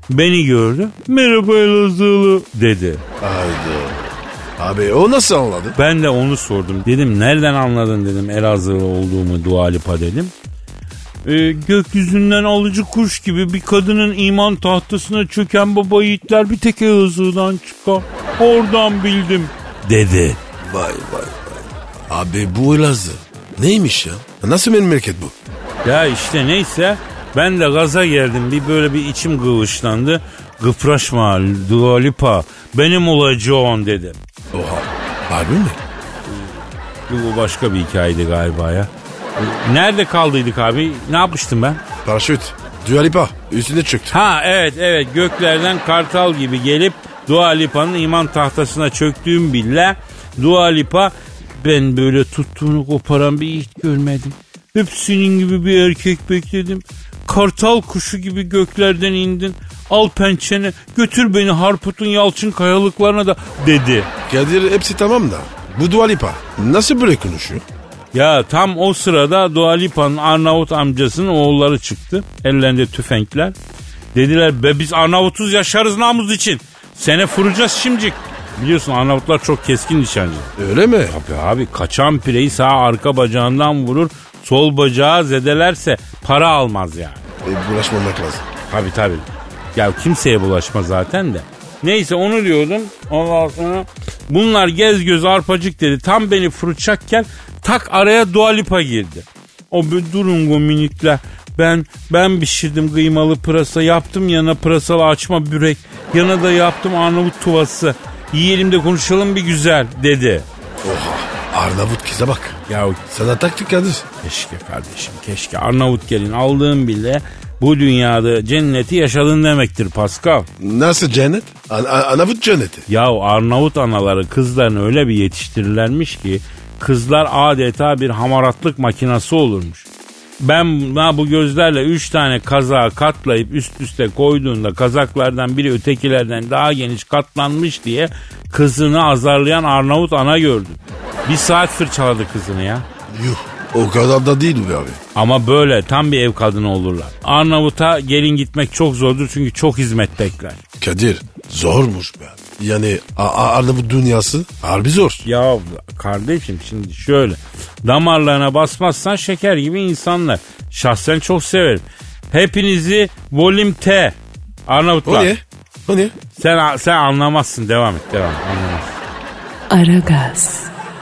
Beni gördü. Merhaba Elazığlı dedi. Haydi. Abi o nasıl anladı? Ben de onu sordum. Dedim nereden anladın dedim Elazığlı olduğumu Dua Lipa dedim. Ee, gökyüzünden alıcı kuş gibi bir kadının iman tahtasına çöken baba yiğitler bir tek Elazığ'dan çıkar. Oradan bildim dedi. Vay vay vay. Abi bu Elazığ neymiş ya? Nasıl memleket bu? Ya işte neyse ben de gaza geldim. Bir böyle bir içim kıvışlandı. Gıpraşma Dua Lipa benim olacağım dedim. Oha. Harbi mi? Bu başka bir hikayeydi galiba ya. Nerede kaldıydık abi? Ne yapmıştım ben? Paraşüt. Dua Lipa üstüne çöktü. Ha evet evet göklerden kartal gibi gelip Dua Lipa'nın iman tahtasına çöktüğüm bile Dua Lipa ben böyle tuttuğunu koparan bir yiğit görmedim. Hep senin gibi bir erkek bekledim. Kartal kuşu gibi göklerden indin. Al pençene götür beni Harput'un yalçın kayalıklarına da dedi. Kadir hepsi tamam da bu Dua Lipa nasıl böyle konuşuyor? Ya tam o sırada Dua Lipa'nın Arnavut amcasının oğulları çıktı. Ellerinde tüfekler. Dediler be biz Arnavutuz yaşarız namus için. Seni vuracağız şimdicik. Biliyorsun Arnavutlar çok keskin nişancı. Öyle mi? Tabii abi kaçan pireyi sağ arka bacağından vurur. Sol bacağı zedelerse para almaz yani. E, bulaşmamak lazım. Tabii tabii. Ya kimseye bulaşma zaten de. Neyse onu diyordum. Ondan sonra bunlar gez göz arpacık dedi. Tam beni fırçakken tak araya Dua Lipa girdi. O bir durun go minikler. Ben ben pişirdim kıymalı pırasa. Yaptım yana pırasalı açma börek. Yana da yaptım Arnavut tuvası. Yiyelim de konuşalım bir güzel dedi. Oha Arnavut kıza bak. Ya sana taktik Kadir. keşke kardeşim keşke Arnavut gelin aldığım bile bu dünyada cenneti yaşadın demektir Pascal. Nasıl cennet? An- Arnavut cenneti. Ya Arnavut anaları kızlarını öyle bir yetiştirirlermiş ki kızlar adeta bir hamaratlık makinası olurmuş. Ben bu gözlerle üç tane kazağı katlayıp üst üste koyduğunda kazaklardan biri ötekilerden daha geniş katlanmış diye kızını azarlayan Arnavut ana gördüm. Bir saat fırçaladı kızını ya. Yuh o kadar da değil be abi. Ama böyle tam bir ev kadını olurlar. Arnavut'a gelin gitmek çok zordur çünkü çok hizmet bekler. Kadir zormuş be. Yani A- Arnavut dünyası harbi zor. Ya kardeşim şimdi şöyle damarlarına basmazsan şeker gibi insanlar. Şahsen çok severim. Hepinizi volüm T Arnavutlar. O ne? O ne? Sen, sen anlamazsın devam et devam et anlamazsın. Aragaz.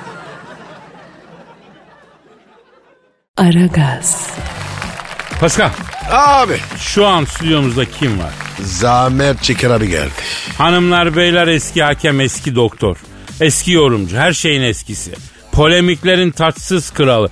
Aragaz. Pascal Abi. şu an stüdyomuzda kim var? Zahmet Çeker abi geldi. Hanımlar beyler eski hakem eski doktor. Eski yorumcu her şeyin eskisi. Polemiklerin taçsız kralı.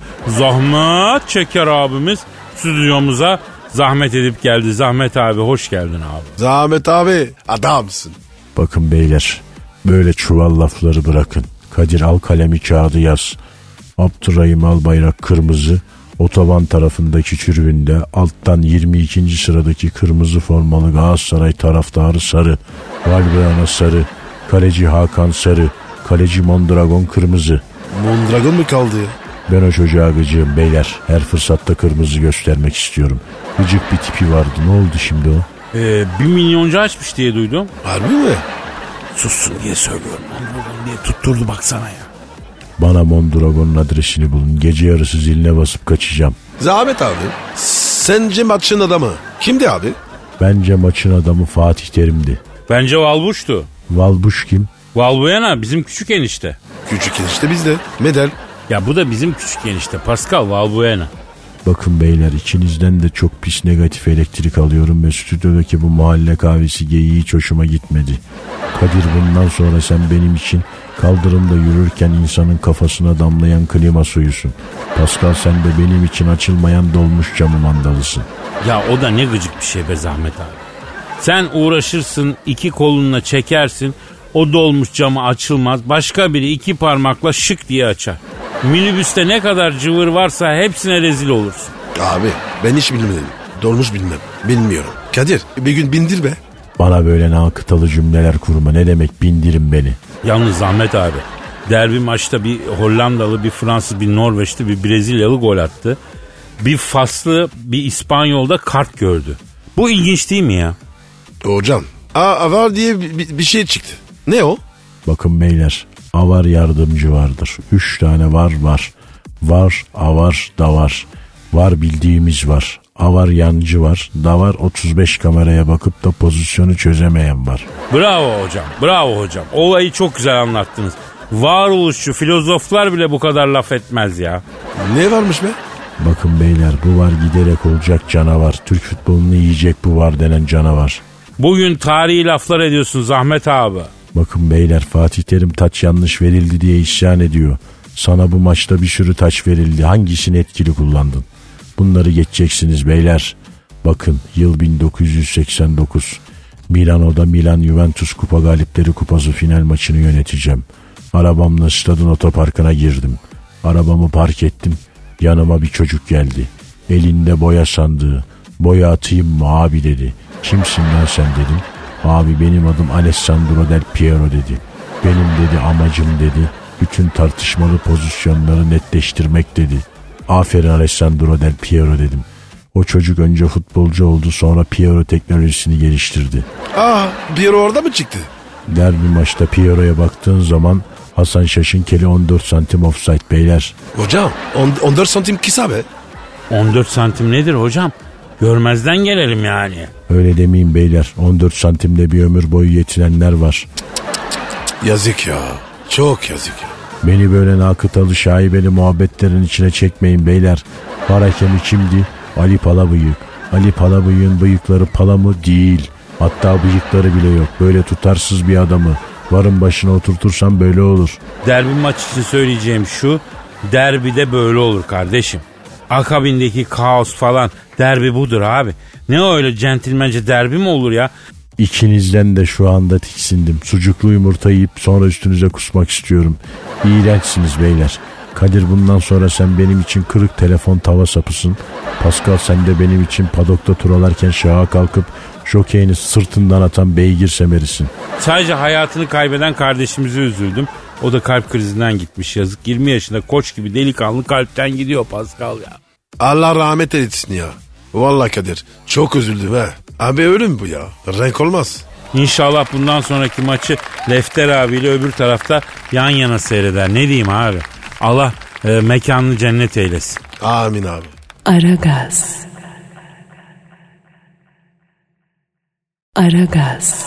Zahmet Çeker abimiz stüdyomuza zahmet edip geldi. Zahmet abi hoş geldin abi. Zahmet abi adamsın. Bakın beyler böyle çuval lafları bırakın. Kadir al kalemi kağıdı yaz. Abdurrahim Albayrak kırmızı. Otoban tarafındaki tribünde alttan yirmi ikinci sıradaki kırmızı formalı Galatasaray taraftarı sarı. Valbuena sarı. Kaleci Hakan sarı. Kaleci Mondragon kırmızı. Mondragon mu kaldı ya? Ben o çocuğa gıcığım beyler. Her fırsatta kırmızı göstermek istiyorum. Gıcık bir tipi vardı. Ne oldu şimdi o? Ee, bir milyoncu açmış diye duydum. Harbi mi? Sussun diye söylüyorum. Mondragon diye tutturdu baksana ya. Bana Mondragon'un adresini bulun. Gece yarısı ziline basıp kaçacağım. Zahmet abi. Sence maçın adamı kimdi abi? Bence maçın adamı Fatih Terim'di. Bence Valbuş'tu. Valbuş kim? Valbuena bizim küçük enişte. Küçük enişte bizde. Medel. Ya bu da bizim küçük enişte Pascal Valbuena. Bakın beyler ikinizden de çok pis negatif elektrik alıyorum ve stüdyodaki bu mahalle kahvesi geyiği hiç hoşuma gitmedi. Kadir bundan sonra sen benim için kaldırımda yürürken insanın kafasına damlayan klima suyusun. Pascal sen de benim için açılmayan dolmuş camı mandalısın. Ya o da ne gıcık bir şey be Zahmet abi. Sen uğraşırsın iki kolunla çekersin o dolmuş camı açılmaz. Başka biri iki parmakla şık diye açar. Minibüste ne kadar cıvır varsa hepsine rezil olursun. Abi ben hiç bilmedim. Dolmuş bilmem. Bilmiyorum. Kadir bir gün bindir be. Bana böyle nakıtalı cümleler kurma, ne demek bindirin beni. Yalnız Zahmet abi derbi maçta bir Hollandalı, bir Fransız, bir Norveçli, bir Brezilyalı gol attı. Bir Faslı, bir İspanyol'da kart gördü. Bu ilginç değil mi ya? Hocam a- avar diye bir, bir şey çıktı. Ne o? Bakın beyler, avar yardımcı vardır. Üç tane var var. Var, avar, davar. Var bildiğimiz var. Avar yancı var. Davar otuz beş kameraya bakıp da pozisyonu çözemeyen var. Bravo hocam, bravo hocam. Olayı çok güzel anlattınız. Varoluşçu filozoflar bile bu kadar laf etmez ya. Ne varmış be? Bakın beyler, bu var giderek olacak canavar. Türk futbolunu yiyecek bu var denen canavar. Bugün tarihi laflar ediyorsun Zahmet abi. Bakın beyler, Fatih Terim taç yanlış verildi diye isyan ediyor. Sana bu maçta bir sürü taç verildi. Hangisini etkili kullandın? Bunları geçeceksiniz beyler. Bakın yıl bin dokuz yüz seksen dokuz. Milano'da Milan Juventus Kupa Galipleri Kupası final maçını yöneteceğim. Arabamla stadın otoparkına girdim. Arabamı park ettim. Yanıma bir çocuk geldi. Elinde boya sandığı. Boya atayım mı abi dedi. Kimsin lan sen dedim. Abi benim adım Alessandro Del Piero dedi. Benim dedi amacım dedi bütün tartışmalı pozisyonları netleştirmek dedi. Aferin Alessandro Del Piero dedim. O çocuk önce futbolcu oldu, sonra Piero teknolojisini geliştirdi. Aa, Piero orada mı çıktı? Derbi maçta Piero'ya baktığın zaman Hasan Şaşınkeli on dört santim offside beyler. Hocam on dört santim kısa be. on dört santim nedir hocam? Görmezden gelelim yani. Öyle demeyin beyler. on dört santimde bir ömür boyu yetinenler var. Yazık ya. Çok yazık ya. Beni böyle nakıtalı şaibeli muhabbetlerin içine çekmeyin beyler. Var hakemi kimdi? Ali Palabıyık. Ali Palabıyık'ın bıyıkları pala mı? Değil. Hatta bıyıkları bile yok. Böyle tutarsız bir adamı varın başına oturtursam böyle olur. Derbi maç için söyleyeceğim şu. Derbide böyle olur kardeşim. Akabindeki kaos falan, derbi budur abi. Ne öyle centilmence derbi mi olur ya? İkinizden de şu anda tiksindim. Sucuklu yumurta yiyip sonra üstünüze kusmak istiyorum. İğrençsiniz beyler. Kadir, bundan sonra sen benim için kırık telefon tava sapısın. Pascal, sen de benim için padokta turalarken şaha kalkıp jokeyini sırtından atan beygir semerisin. Sadece hayatını kaybeden kardeşimize üzüldüm. O da kalp krizinden gitmiş, yazık. yirmi yaşında koç gibi delikanlı kalpten gidiyor Pascal ya. Allah rahmet eylesin ya. Vallahi Kadir çok üzüldüm ha. Abi ölüm bu ya. Renk olmaz. İnşallah bundan sonraki maçı Lefter abiyle öbür tarafta yan yana seyreder. Ne diyeyim abi? Allah e, mekanını cennet eylesin. Amin abi. Aragaz. Aragaz.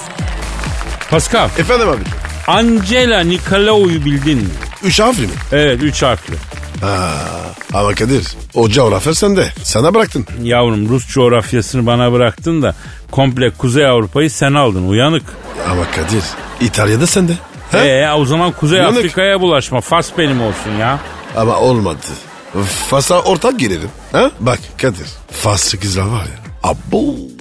Pascal. Efendim abi. Angela Nikolaou'yu bildin mi? Üç harfli mi? Evet, üç harfli. Ha, ama Kadir o coğrafya sende. Sana bıraktın. Yavrum, Rus coğrafyasını bana bıraktın da komple Kuzey Avrupa'yı sen aldın, uyanık. Ama Kadir İtalya'da sende. Eee o zaman Kuzey uyanık. Afrika'ya bulaşma. Fas benim olsun ya. Ama olmadı. Fas'a ortak girelim. Ha? Bak Kadir Fas'lı kızlar var ya. Abo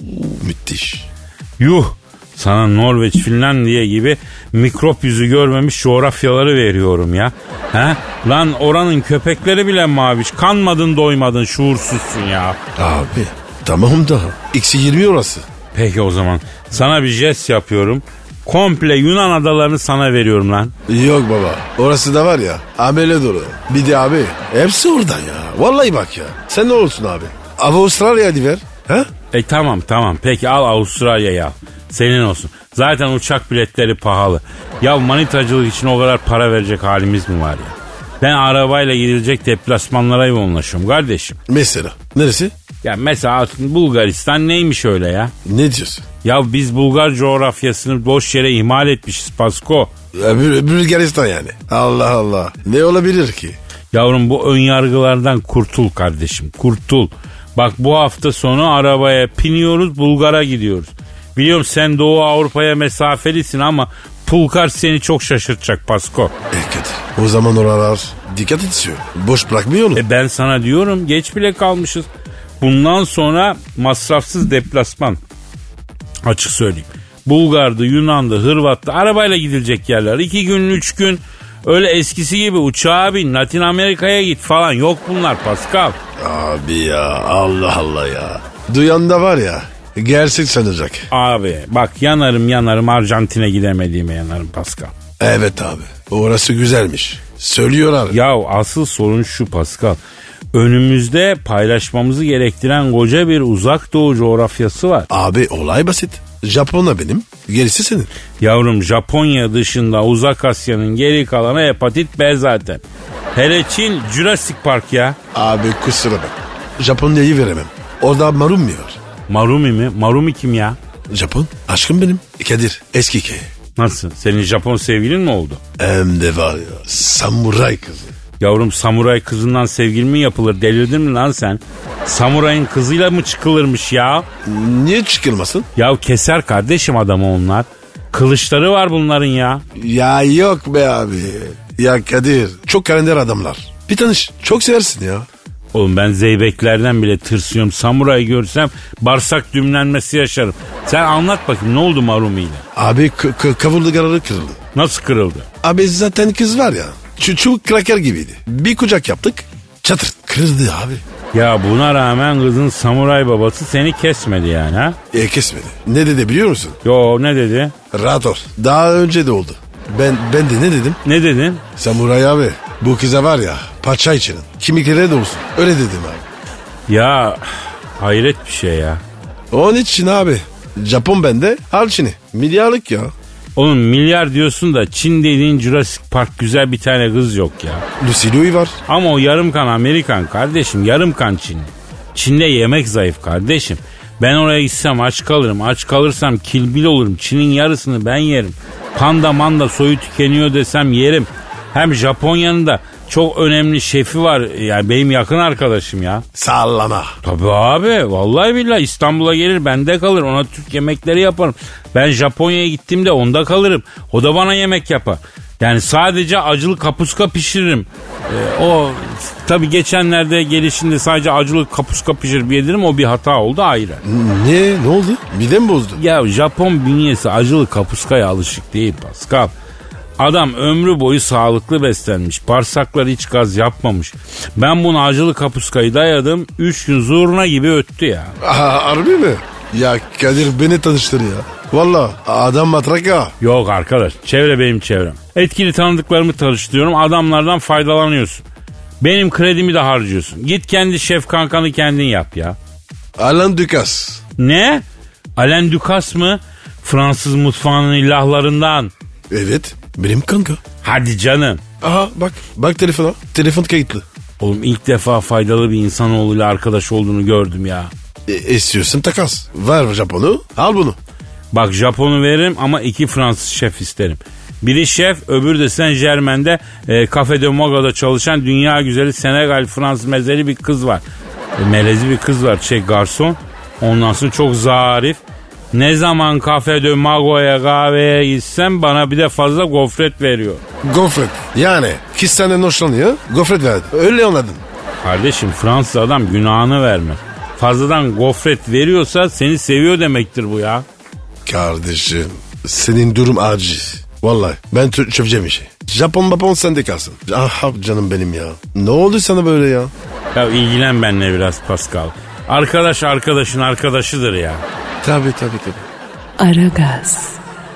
müthiş. Yuh. Sana Norveç, Finlandiya gibi mikrop yüzü görmemiş coğrafyaları veriyorum ya. He? Lan oranın köpekleri bile maviş. Kanmadın doymadın, şuursuzsun ya. Abi tamam da eksi yirmi orası. Peki o zaman sana bir jest yapıyorum. Komple Yunan adalarını sana veriyorum lan. Yok baba orası da var ya amele dolu. Bir de abi hepsi oradan ya. Vallahi bak ya. Sen ne olursun abi? Abi Avustralya'ya hadi ver. Ha? E tamam tamam peki al Avustralya'yı al. Senin olsun. Zaten uçak biletleri pahalı. Ya manitacılık için o kadar para verecek halimiz mi var ya? Ben arabayla gidilecek deplasmanlara yoğunlaşıyorum kardeşim. Mesela neresi? Ya mesela Bulgaristan neymiş öyle ya? Ne diyorsun? Ya biz Bulgar coğrafyasını boş yere ihmal etmişiz Pasko. Ya, Bulgaristan yani. Allah Allah. Ne olabilir ki? Yavrum bu ön yargılardan kurtul kardeşim, kurtul. Bak bu hafta sonu arabaya biniyoruz, Bulgar'a gidiyoruz. Biliyorum sen Doğu Avrupa'ya mesafelisin ama Pulkar seni çok şaşırtacak Pasko. E Kadir o zaman oralar dikkat ediyor. Boş bırakmıyor mu? E ben sana diyorum, geç bile kalmışız. Bundan sonra masrafsız deplasman. Açık söyleyeyim. Bulgar'dı, Yunan'dı, Hırvat'tı arabayla gidilecek yerler. İki gün, üç gün öyle eskisi gibi uçağa bin, Latin Amerika'ya git falan yok bunlar Pascal. Abi ya Allah Allah ya. Duyan da var ya gerçek sanacak. Abi bak yanarım yanarım Arjantin'e gidemediğime yanarım Pascal. Evet abi orası güzelmiş. Söylüyorlar. Ya asıl sorun şu Pascal. Önümüzde paylaşmamızı gerektiren koca bir uzak doğu coğrafyası var. Abi olay basit. Japon'a benim, gerisi senin. Yavrum Japonya dışında Uzak Asya'nın geri kalanı hepatit B zaten. Hele Çin Jurassic Park ya. Abi kusura bak. Japonya'yı veremem. Orada Marumi var. Marumi mi? Marumi kim ya? Japon, aşkım benim. Kadir, eski K. Nasıl? Senin Japon sevgilin mi oldu? Hem de var ya, samuray kızı. Yavrum samuray kızından sevgili mi yapılır? Delirdin mi lan sen? Samurayın kızıyla mı çıkılırmış ya? Niye çıkılmasın? Ya keser kardeşim adamı onlar. Kılıçları var bunların ya. Ya yok be abi. Ya Kadir, çok kalender adamlar. Bir tanış, çok seversin ya. Oğlum ben zeybeklerden bile tırsıyorum. Samurayı görsem bağırsak dümlenmesi yaşarım. Sen anlat bakayım ne oldu Marumi ile? Abi k- k- kavurlugaları kırıldı. Nasıl kırıldı? Abi zaten kız var ya, çuçuk kraker gibiydi. Bir kucak yaptık, çatır kırıldı abi. Ya buna rağmen kızın samuray babası seni kesmedi yani ha? E kesmedi. Ne dedi biliyor musun? Yo ne dedi? Rahat ol. Daha önce de oldu. Ben ben de ne dedim? Ne dedin? Samuray abi, bu kıza var ya, paça içirin. Kemikleri de olsun. Öyle dedim abi. Ya hayret bir şey ya. Onun için abi, Japon bende, al Çin'i. Milyarlık ya. Oğlum milyar diyorsun da Çin dediğin Jurassic Park güzel bir tane kız yok ya. Lucy Louis var. Ama o yarım kan Amerikan kardeşim, yarım kan Çinli. Çin'de yemek zayıf kardeşim. Ben oraya gitsem aç kalırım. Aç kalırsam kilbil olurum. Çin'in yarısını ben yerim. Panda manda soyu tükeniyor desem yerim. Hem Japonya'nın da çok önemli şefi var. Yani benim yakın arkadaşım ya. Sallama. Tabii abi. Vallahi billahi İstanbul'a gelir bende kalır. Ona Türk yemekleri yaparım. Ben Japonya'ya gittiğimde onda kalırım. O da bana yemek yapar. Yani sadece acılı kapuska pişiririm. Ee, o tabii geçenlerde gelişinde sadece acılı kapuska pişirip yedirim, o bir hata oldu ayrı. Ne? Ne oldu? Midem bozdu. Ya Japon bünyesi acılı kapuskaya alışık değil Pascal. Adam ömrü boyu sağlıklı beslenmiş. Bağırsakları hiç gaz yapmamış. Ben bunu acılı kapuskayı dayadım. Üç gün zurna gibi öttü ya. Aha, harbi mi? Ya Kadir beni tanıştır ya. Valla adam matrak ya. Yok arkadaş, çevre benim çevrem. Etkili tanıdıklarımı tanıştırıyorum, adamlardan faydalanıyorsun. Benim kredimi de harcıyorsun. Git kendi şef kankanı kendin yap ya. Alain Ducasse. Ne? Alain Ducasse mı? Fransız mutfağının ilahlarından. Evet, benim kanka. Hadi canım. Aha bak, bak telefona. Telefon kayıtlı. Oğlum ilk defa faydalı bir insanoğluyla arkadaş olduğunu gördüm ya. E, istiyorsun takas. Ver Japon'u, al bunu. Bak Japon'u veririm ama iki Fransız şef isterim. Biri şef, öbürü de Saint Germain'de e, Cafe de Mogo'da çalışan dünya güzeli Senegal Fransız mezeli bir kız var. E, melezi bir kız var, şey garson. Ondan sonra çok zarif. Ne zaman Cafe de Mogo'ya kahveye gitsem bana bir de fazla gofret veriyor. Gofret. Yani kız senden hoşlanıyor, gofret verdi. Öyle anladın. Kardeşim Fransız adam günahını vermez. Fazladan gofret veriyorsa seni seviyor demektir bu ya. Kardeşim, senin durum acil. Vallahi ben t- çöpeceğim işi. Japon babon sende kalsın. Ah canım benim ya. Ne oldu sana böyle ya? Ya ilgilen benimle biraz Pascal. Arkadaş arkadaşın arkadaşıdır ya. Tabii tabii tabii. Aragaz.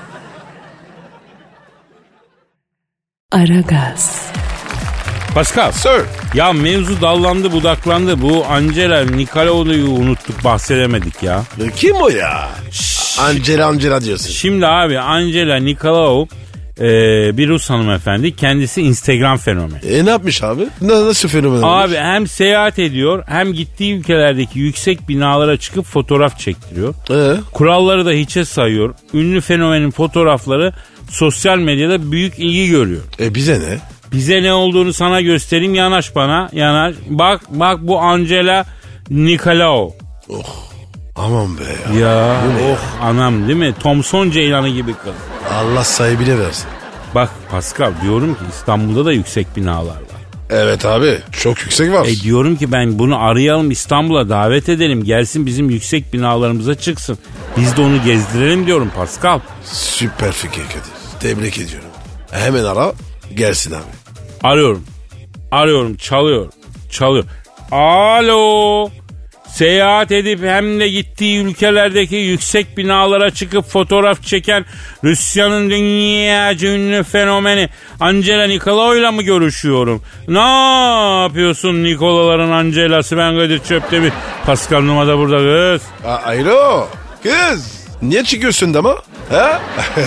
Aragaz. Pascal. Sir. Ya mevzu dallandı budaklandı. Bu Angela Nikolaou'yu unuttuk, bahsedemedik ya. Kim o ya? Angela Angela diyorsun. Şimdi abi Angela Nikolaou e, bir Rus hanımefendi. Kendisi Instagram fenomeni. E ne yapmış abi? Na- nasıl fenomen olmuş? Abi hem seyahat ediyor hem gittiği ülkelerdeki yüksek binalara çıkıp fotoğraf çektiriyor. Ee? Kuralları da hiçe sayıyor. Ünlü fenomenin fotoğrafları sosyal medyada büyük ilgi görüyor. E bize ne? Bize ne olduğunu sana göstereyim, yanaş bana, yanaş. Bak bak bu Angela Nikolaou. Oh. Aman be ya. Ya Bu ne oh ya? Anam değil mi? Thomson Ceylanı gibi kız. Allah sahibine versin. Bak Pascal, diyorum ki İstanbul'da da yüksek binalar var. Evet abi, çok yüksek var. E diyorum ki ben bunu arayalım, İstanbul'a davet edelim. Gelsin bizim yüksek binalarımıza çıksın. Biz de onu gezdirelim diyorum Pascal. Süper fikir Kadir. Tebrik ediyorum. Hemen ara, gelsin abi. Arıyorum. Arıyorum, çalıyor. Çalıyor. Alo. Seyahat edip hem de gittiği ülkelerdeki yüksek binalara çıkıp fotoğraf çeken Rusya'nın dünyaca ünlü fenomeni Angela Nikolaev'la mı görüşüyorum? Ne yapıyorsun Nikolaların Angela'sı? Ben Kadir Çöptemir. Pascal Numa da burada kız. A- Alo kız. Niye çıkıyorsun da mı? Ha?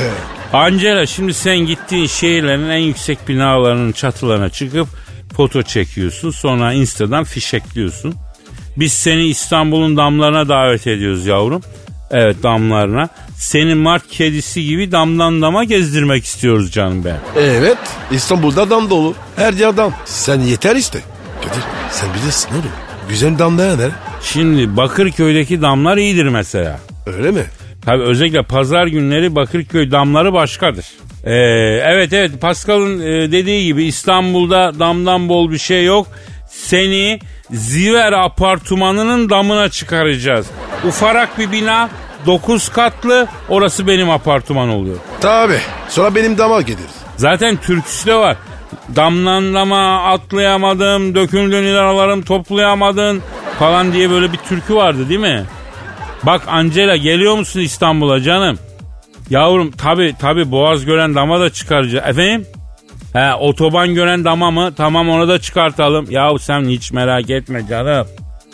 Angela, şimdi sen gittiğin şehirlerin en yüksek binalarının çatılarına çıkıp foto çekiyorsun. Sonra Insta'dan fişekliyorsun. Biz seni İstanbul'un damlarına davet ediyoruz yavrum. Evet, damlarına. Seni Mart kedisi gibi damdan dama gezdirmek istiyoruz canım ben. Evet, İstanbul'da dam dolu. Her yer dam. Sen yeter iste. Kadir sen bilirsin oğlum. Güzel dam ne? Şimdi Bakırköy'deki damlar iyidir mesela. Öyle mi? Tabii özellikle pazar günleri Bakırköy damları başkadır. Ee, evet evet Pascal'ın e, dediği gibi İstanbul'da damdan bol bir şey yok. Seni Ziver apartmanının damına çıkaracağız. Ufarak bir bina, dokuz katlı, orası benim apartman oluyor. Tabii. Sonra benim dama gelir. Zaten türküsü de var. Damdan dama atlayamadım, döküldün ilaralarım toplayamadın falan diye böyle bir türkü vardı değil mi? Bak Angela, geliyor musun İstanbul'a canım? Yavrum tabi tabi Boğaz gören dama da çıkaracağız. Efendim? He, otoban gören dama mı? Tamam, onu da çıkartalım. Yahu sen hiç merak etme canım.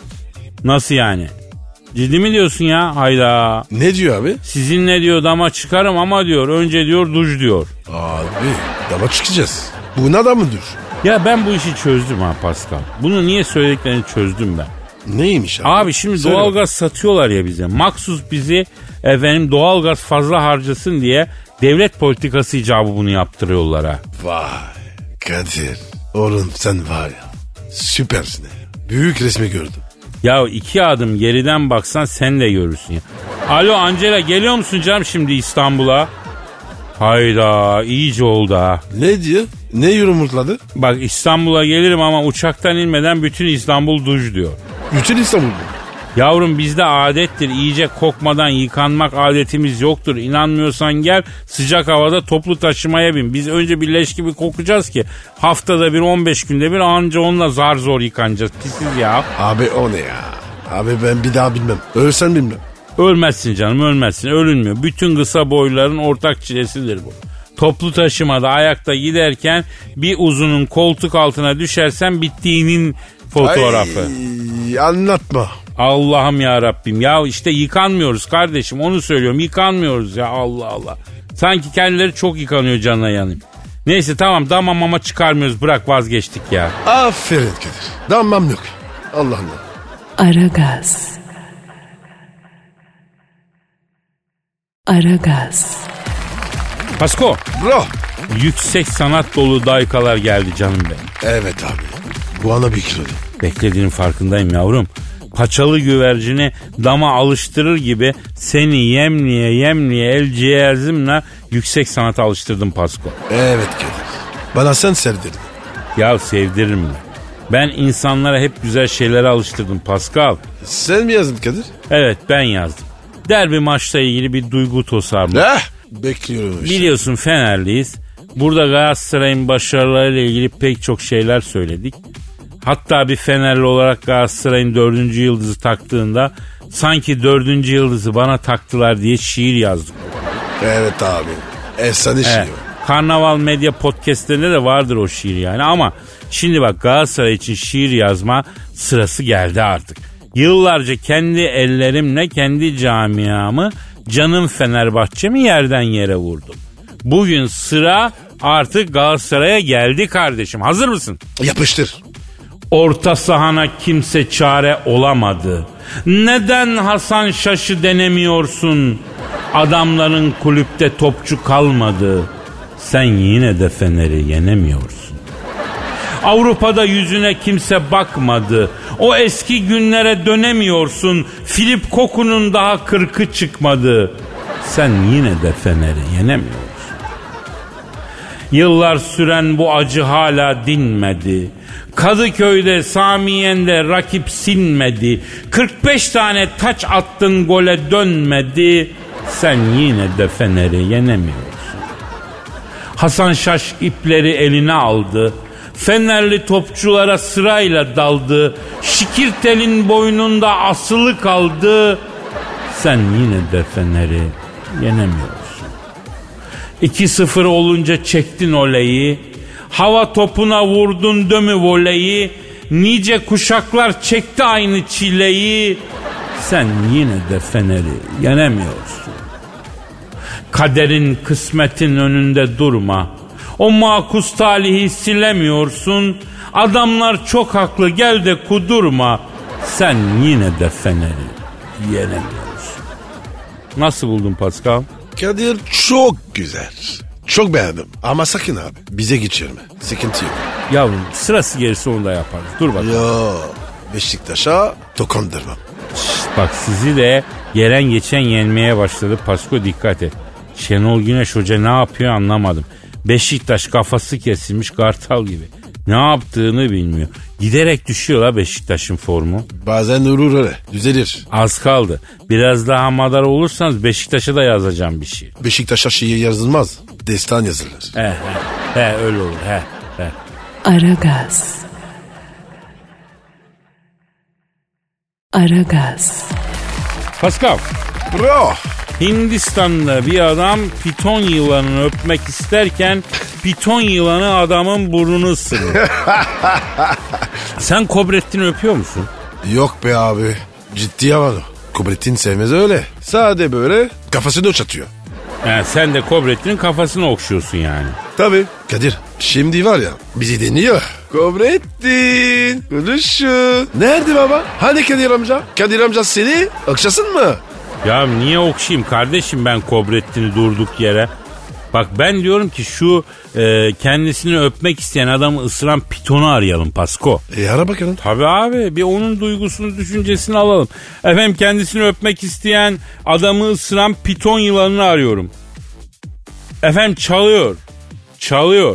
Nasıl yani? Ciddi mi diyorsun ya? Hayda. Ne diyor abi? Sizinle diyor dama çıkarım ama diyor önce diyor duş diyor. Abi dama çıkacağız. Bu ne adamıdır? Ya ben bu işi çözdüm ha Pascal. Bunu niye söylediklerini çözdüm ben. Neymiş abi? Abi şimdi Söyle. doğalgaz satıyorlar ya bize. Maksus bizi efendim doğalgaz fazla harcasın diye devlet politikası icabı bunu yaptırıyorlar ha. Vay Kadir. Oğlum sen var ya. Süpersin ya. Büyük resmi gördüm. Ya iki adım geriden baksan sen de görürsün ya. Alo Angela, geliyor musun canım şimdi İstanbul'a? Hayda, iyice oldu ha. Ne diyor? Ne yumurtladı? Bak İstanbul'a gelirim ama uçaktan inmeden bütün İstanbul duş diyor. Bütün İstanbul mu? Yavrum bizde adettir, iyice kokmadan yıkanmak adetimiz yoktur. İnanmıyorsan gel sıcak havada toplu taşımaya bin. Biz önce bir leş gibi kokacağız ki haftada bir on beş günde bir anca onunla zar zor yıkanacağız. Pisiz ya. Abi o ne ya? Abi ben bir daha bilmem. Ölsen bilmem. Ölmezsin canım, ölmezsin, ölünmüyor. Bütün kısa boyların ortak çilesidir bu. Toplu taşımada ayakta giderken bir uzunun koltuk altına düşersen bittiğinin fotoğrafı. Ay, anlatma. Allah'ım ya Rabbim. Ya işte yıkanmıyoruz kardeşim, onu söylüyorum, yıkanmıyoruz ya, Allah Allah. Sanki kendileri çok yıkanıyor, canına yanayım. Neyse tamam, tamam ama çıkarmıyoruz, bırak, vazgeçtik ya. Aferin Kadir. Damam yok. Allah Allah. Aragaz. Aragaz. Pasko. Bro. Yüksek sanat dolu daykalar geldi canım benim. Evet abi. Bu ana bir kilo. Beklediğinin farkındayım yavrum. Paçalı güvercini dama alıştırır gibi seni yemliye yemliye el cihazımla yüksek sanata alıştırdım Pasko. Evet Kadir. Bana sen serdirdin. Ya sevdiririm mi? Ben insanlara hep güzel şeylere alıştırdım Pascal. Sen mi yazdın Kadir? Evet, ben yazdım. Derbi maçla ilgili bir duygu tosarladım. Ne? Bekliyorum işte. Biliyorsun Fenerliyiz. Burada Galatasaray'ın başarılarıyla ilgili pek çok şeyler söyledik. Hatta bir Fenerli olarak Galatasaray'ın dördüncü yıldızı taktığında sanki dördüncü yıldızı bana taktılar diye şiir yazdık. Evet abi. Efsane şiir. Evet. Karnaval Medya podcastlerinde de vardır o şiir yani, ama şimdi bak Galatasaray için şiir yazma sırası geldi artık. Yıllarca kendi ellerimle kendi camiamı, canım Fenerbahçe'mi yerden yere vurdum. Bugün sıra artık Galatasaray'a geldi kardeşim. Hazır mısın? Yapıştır. Orta sahana kimse çare olamadı. Neden Hasan Şaş'ı denemiyorsun? Adamların kulüpte topçu kalmadı. Sen yine de Fener'i yenemiyorsun. Avrupa'da yüzüne kimse bakmadı. O eski günlere dönemiyorsun. Filip Koku'nun daha kırkı çıkmadı. Sen yine de Fener'i yenemiyorsun. Yıllar süren bu acı hala dinmedi. Kadıköy'de, Samiyen'de rakip sinmedi. kırk beş tane taç attın, gole dönmedi. Sen yine de Fener'i yenemiyorsun. Hasan Şaş ipleri eline aldı. Fenerli topçulara sırayla daldı. Şikirtel'in boynunda asılı kaldı. Sen yine de Fener'i yenemiyorsun. iki sıfır olunca çektin oleyi. Hava topuna vurdun dömü voleyi. Nice kuşaklar çekti aynı çileyi. Sen yine de Fener'i yenemiyorsun. Kaderin kısmetin önünde durma. O makus talihi silemiyorsun. Adamlar çok haklı, gel de kudurma. Sen yine de Fener'i yenemiyorsun. Nasıl buldun Pascal? Kadir çok güzel. Çok beğendim. Ama sakın abi bize geçirme. Sıkıntı yok. Yavrum sırası gerisi onu da yaparız. Dur bakalım. Yo, Beşiktaş'a dokundurmam. Şişt, bak sizi de gelen geçen yenmeye başladı. Pasko dikkat et. Şenol Güneş Hoca ne yapıyor anlamadım. Beşiktaş kafası kesilmiş kartal gibi. Ne yaptığını bilmiyor. Giderek düşüyor la Beşiktaş'ın formu. Bazen durur öyle. Düzelir. Az kaldı. Biraz daha madar olursanız Beşiktaş'a da yazacağım bir şey. Beşiktaş'a şiir yazılmaz. Destan yazılır. He he. He öyle olur. He he. Aragaz. Aragaz. Pascal. Bro. Hindistan'da bir adam piton yılanını öpmek isterken piton yılanı adamın burnunu ısırıyor. Sen Kobrettin'i öpüyor musun? Yok be abi. Ciddiye var o. Kobrettin sevmez öyle. Sade böyle kafasını uçatıyor. Yani sen de Kobrettin'in kafasını okşuyorsun yani. Tabii. Kadir şimdi var ya bizi deniyor. Kobrettin. Konuşun. Nerede baba? Hani Kadir amca? Kadir amca seni okşasın mı? Ya niye okşayayım kardeşim ben Kobrettin'i durduk yere? Bak ben diyorum ki şu e, kendisini öpmek isteyen adamı ısıran pitonu arayalım Pasko. E ara bakalım. Tabii abi bir onun duygusunu düşüncesini alalım. Efendim kendisini öpmek isteyen adamı ısıran piton yılanını arıyorum. Efendim çalıyor. Çalıyor.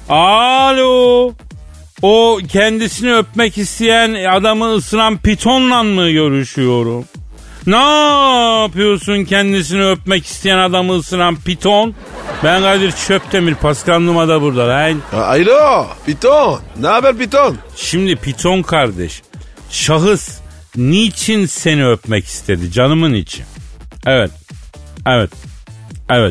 Alo. O kendisini öpmek isteyen adamı ısıran pitonla mı görüşüyorum? Ne yapıyorsun kendisini öpmek isteyen adamı ısıran piton? Ben Kadir Çöptemir, Pascal Numa da burada lan. Alo piton. Ne haber piton? Şimdi piton kardeş, şahıs niçin seni öpmek istedi canımın içi? Evet, evet, evet.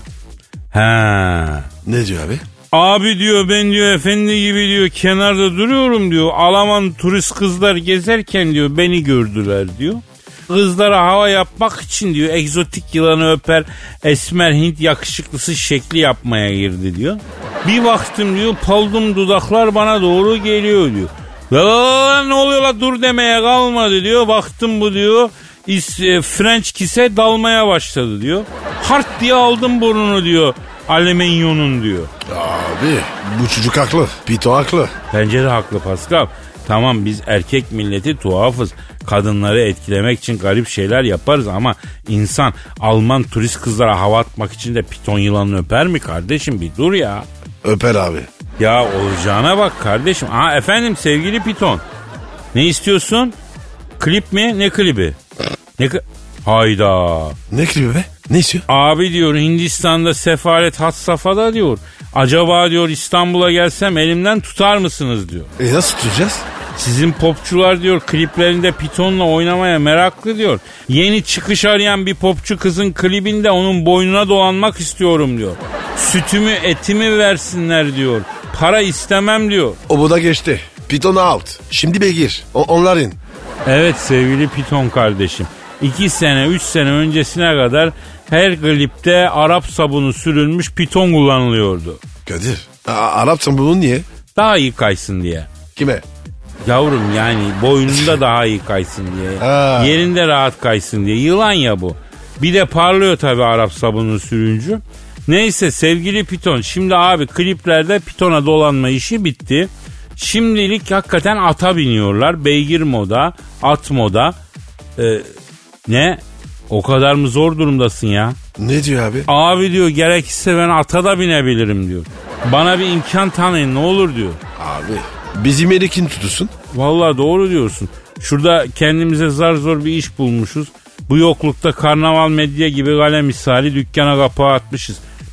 Ha. Ne diyor abi? Abi diyor ben diyor efendi gibi diyor kenarda duruyorum diyor. Alaman turist kızlar gezerken diyor beni gördüler diyor. Kızlara hava yapmak için diyor egzotik yılanı öper esmer Hint yakışıklısı şekli yapmaya girdi diyor. Bir baktım diyor paldum dudaklar bana doğru geliyor diyor. La la la ne oluyor la dur demeye kalmadı diyor. Baktım bu diyor is, e, French kiss'e dalmaya başladı diyor. Hart diye aldım burnunu diyor. Alüminyonun diyor. Abi bu çocuk haklı. Piton haklı. Bence de haklı Pascal. Tamam biz erkek milleti tuhafız. Kadınları etkilemek için garip şeyler yaparız ama insan Alman turist kızlara hava atmak için de piton yılanını öper mi kardeşim? Bir dur ya. Öper abi. Ya olacağına bak kardeşim. Aa efendim sevgili piton. Ne istiyorsun? Klip mi? Ne klibi? Ne kli- Hayda. Ne klibi be? Ne istiyor? Abi diyor Hindistan'da sefaret had safhada diyor. Acaba diyor İstanbul'a gelsem elimden tutar mısınız diyor. E nasıl tutacağız? Sizin popçular diyor kliplerinde pitonla oynamaya meraklı diyor. Yeni çıkış arayan bir popçu kızın klibinde onun boynuna dolanmak istiyorum diyor. Sütümü etimi versinler diyor. Para istemem diyor. O bu da geçti. Piton out. Şimdi beygir. O, onlar in. Evet sevgili piton kardeşim. İki sene üç sene öncesine kadar her klipte Arap sabunu sürülmüş piton kullanılıyordu. Kadir. A- Arapsan bunun niye? Daha iyi kaysın diye. Kime? Yavrum yani boynunda daha iyi kaysın diye. Ha. Yerinde rahat kaysın diye. Yılan ya bu. Bir de parlıyor tabii Arap sabunu sürüncü. Neyse sevgili piton. Şimdi abi kliplerde pitona dolanma işi bitti. Şimdilik hakikaten ata biniyorlar. Beygir moda, at moda. Ee, ne? O kadar mı zor durumdasın ya? Ne diyor abi? Abi diyor gerekirse ben ata da binebilirim diyor. Bana bir imkan tanıyın ne olur diyor. Abi bizim yeri kim tutursun? Vallahi doğru diyorsun. Şurada kendimize zar zor bir iş bulmuşuz. Bu yoklukta karnaval medya gibi kale misali dükkana kapağı atmışız.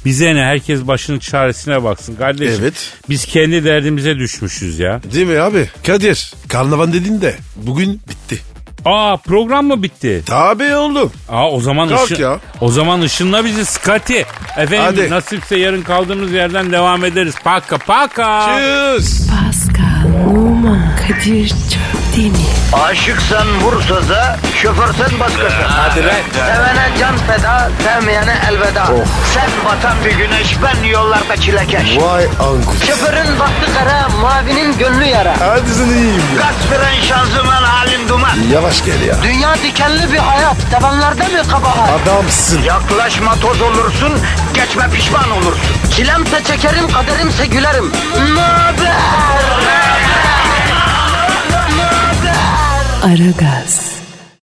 Bize ne, herkes başının çaresine baksın kardeşim. Evet. Biz kendi derdimize düşmüşüz ya. Değil mi abi? Kadir, karnavan dedin de bugün bitti. Aa, program mı bitti? Tabii oğlum. Aa, o zaman Kalk ışın, ya. o zaman ışınla bizi Scotty. Efendim, Hadi. nasipse yarın kaldığımız yerden devam ederiz. Paka paka. Cheers. Pascal, Oman, Kadir çok değil mi? Aşıksan vursa da, şoförsen başkasın. Hadi lan. Sevene can feda, sevmeyene elveda. Sen batan bir güneş, ben yollarda çilekeş. Vay anku. Şoförün baktı kara, mavinin gönlü yara. Hadi sen iyiyim ya. Kasperen şanzıman halin duman. Yavaş gel ya. Dünya dikenli bir hayat, sevenlerde mi kabahar? Adamsın. Yaklaşma toz olursun, geçme pişman olursun. Çilemse çekerim, kaderimse gülerim. Möber! Aragaz.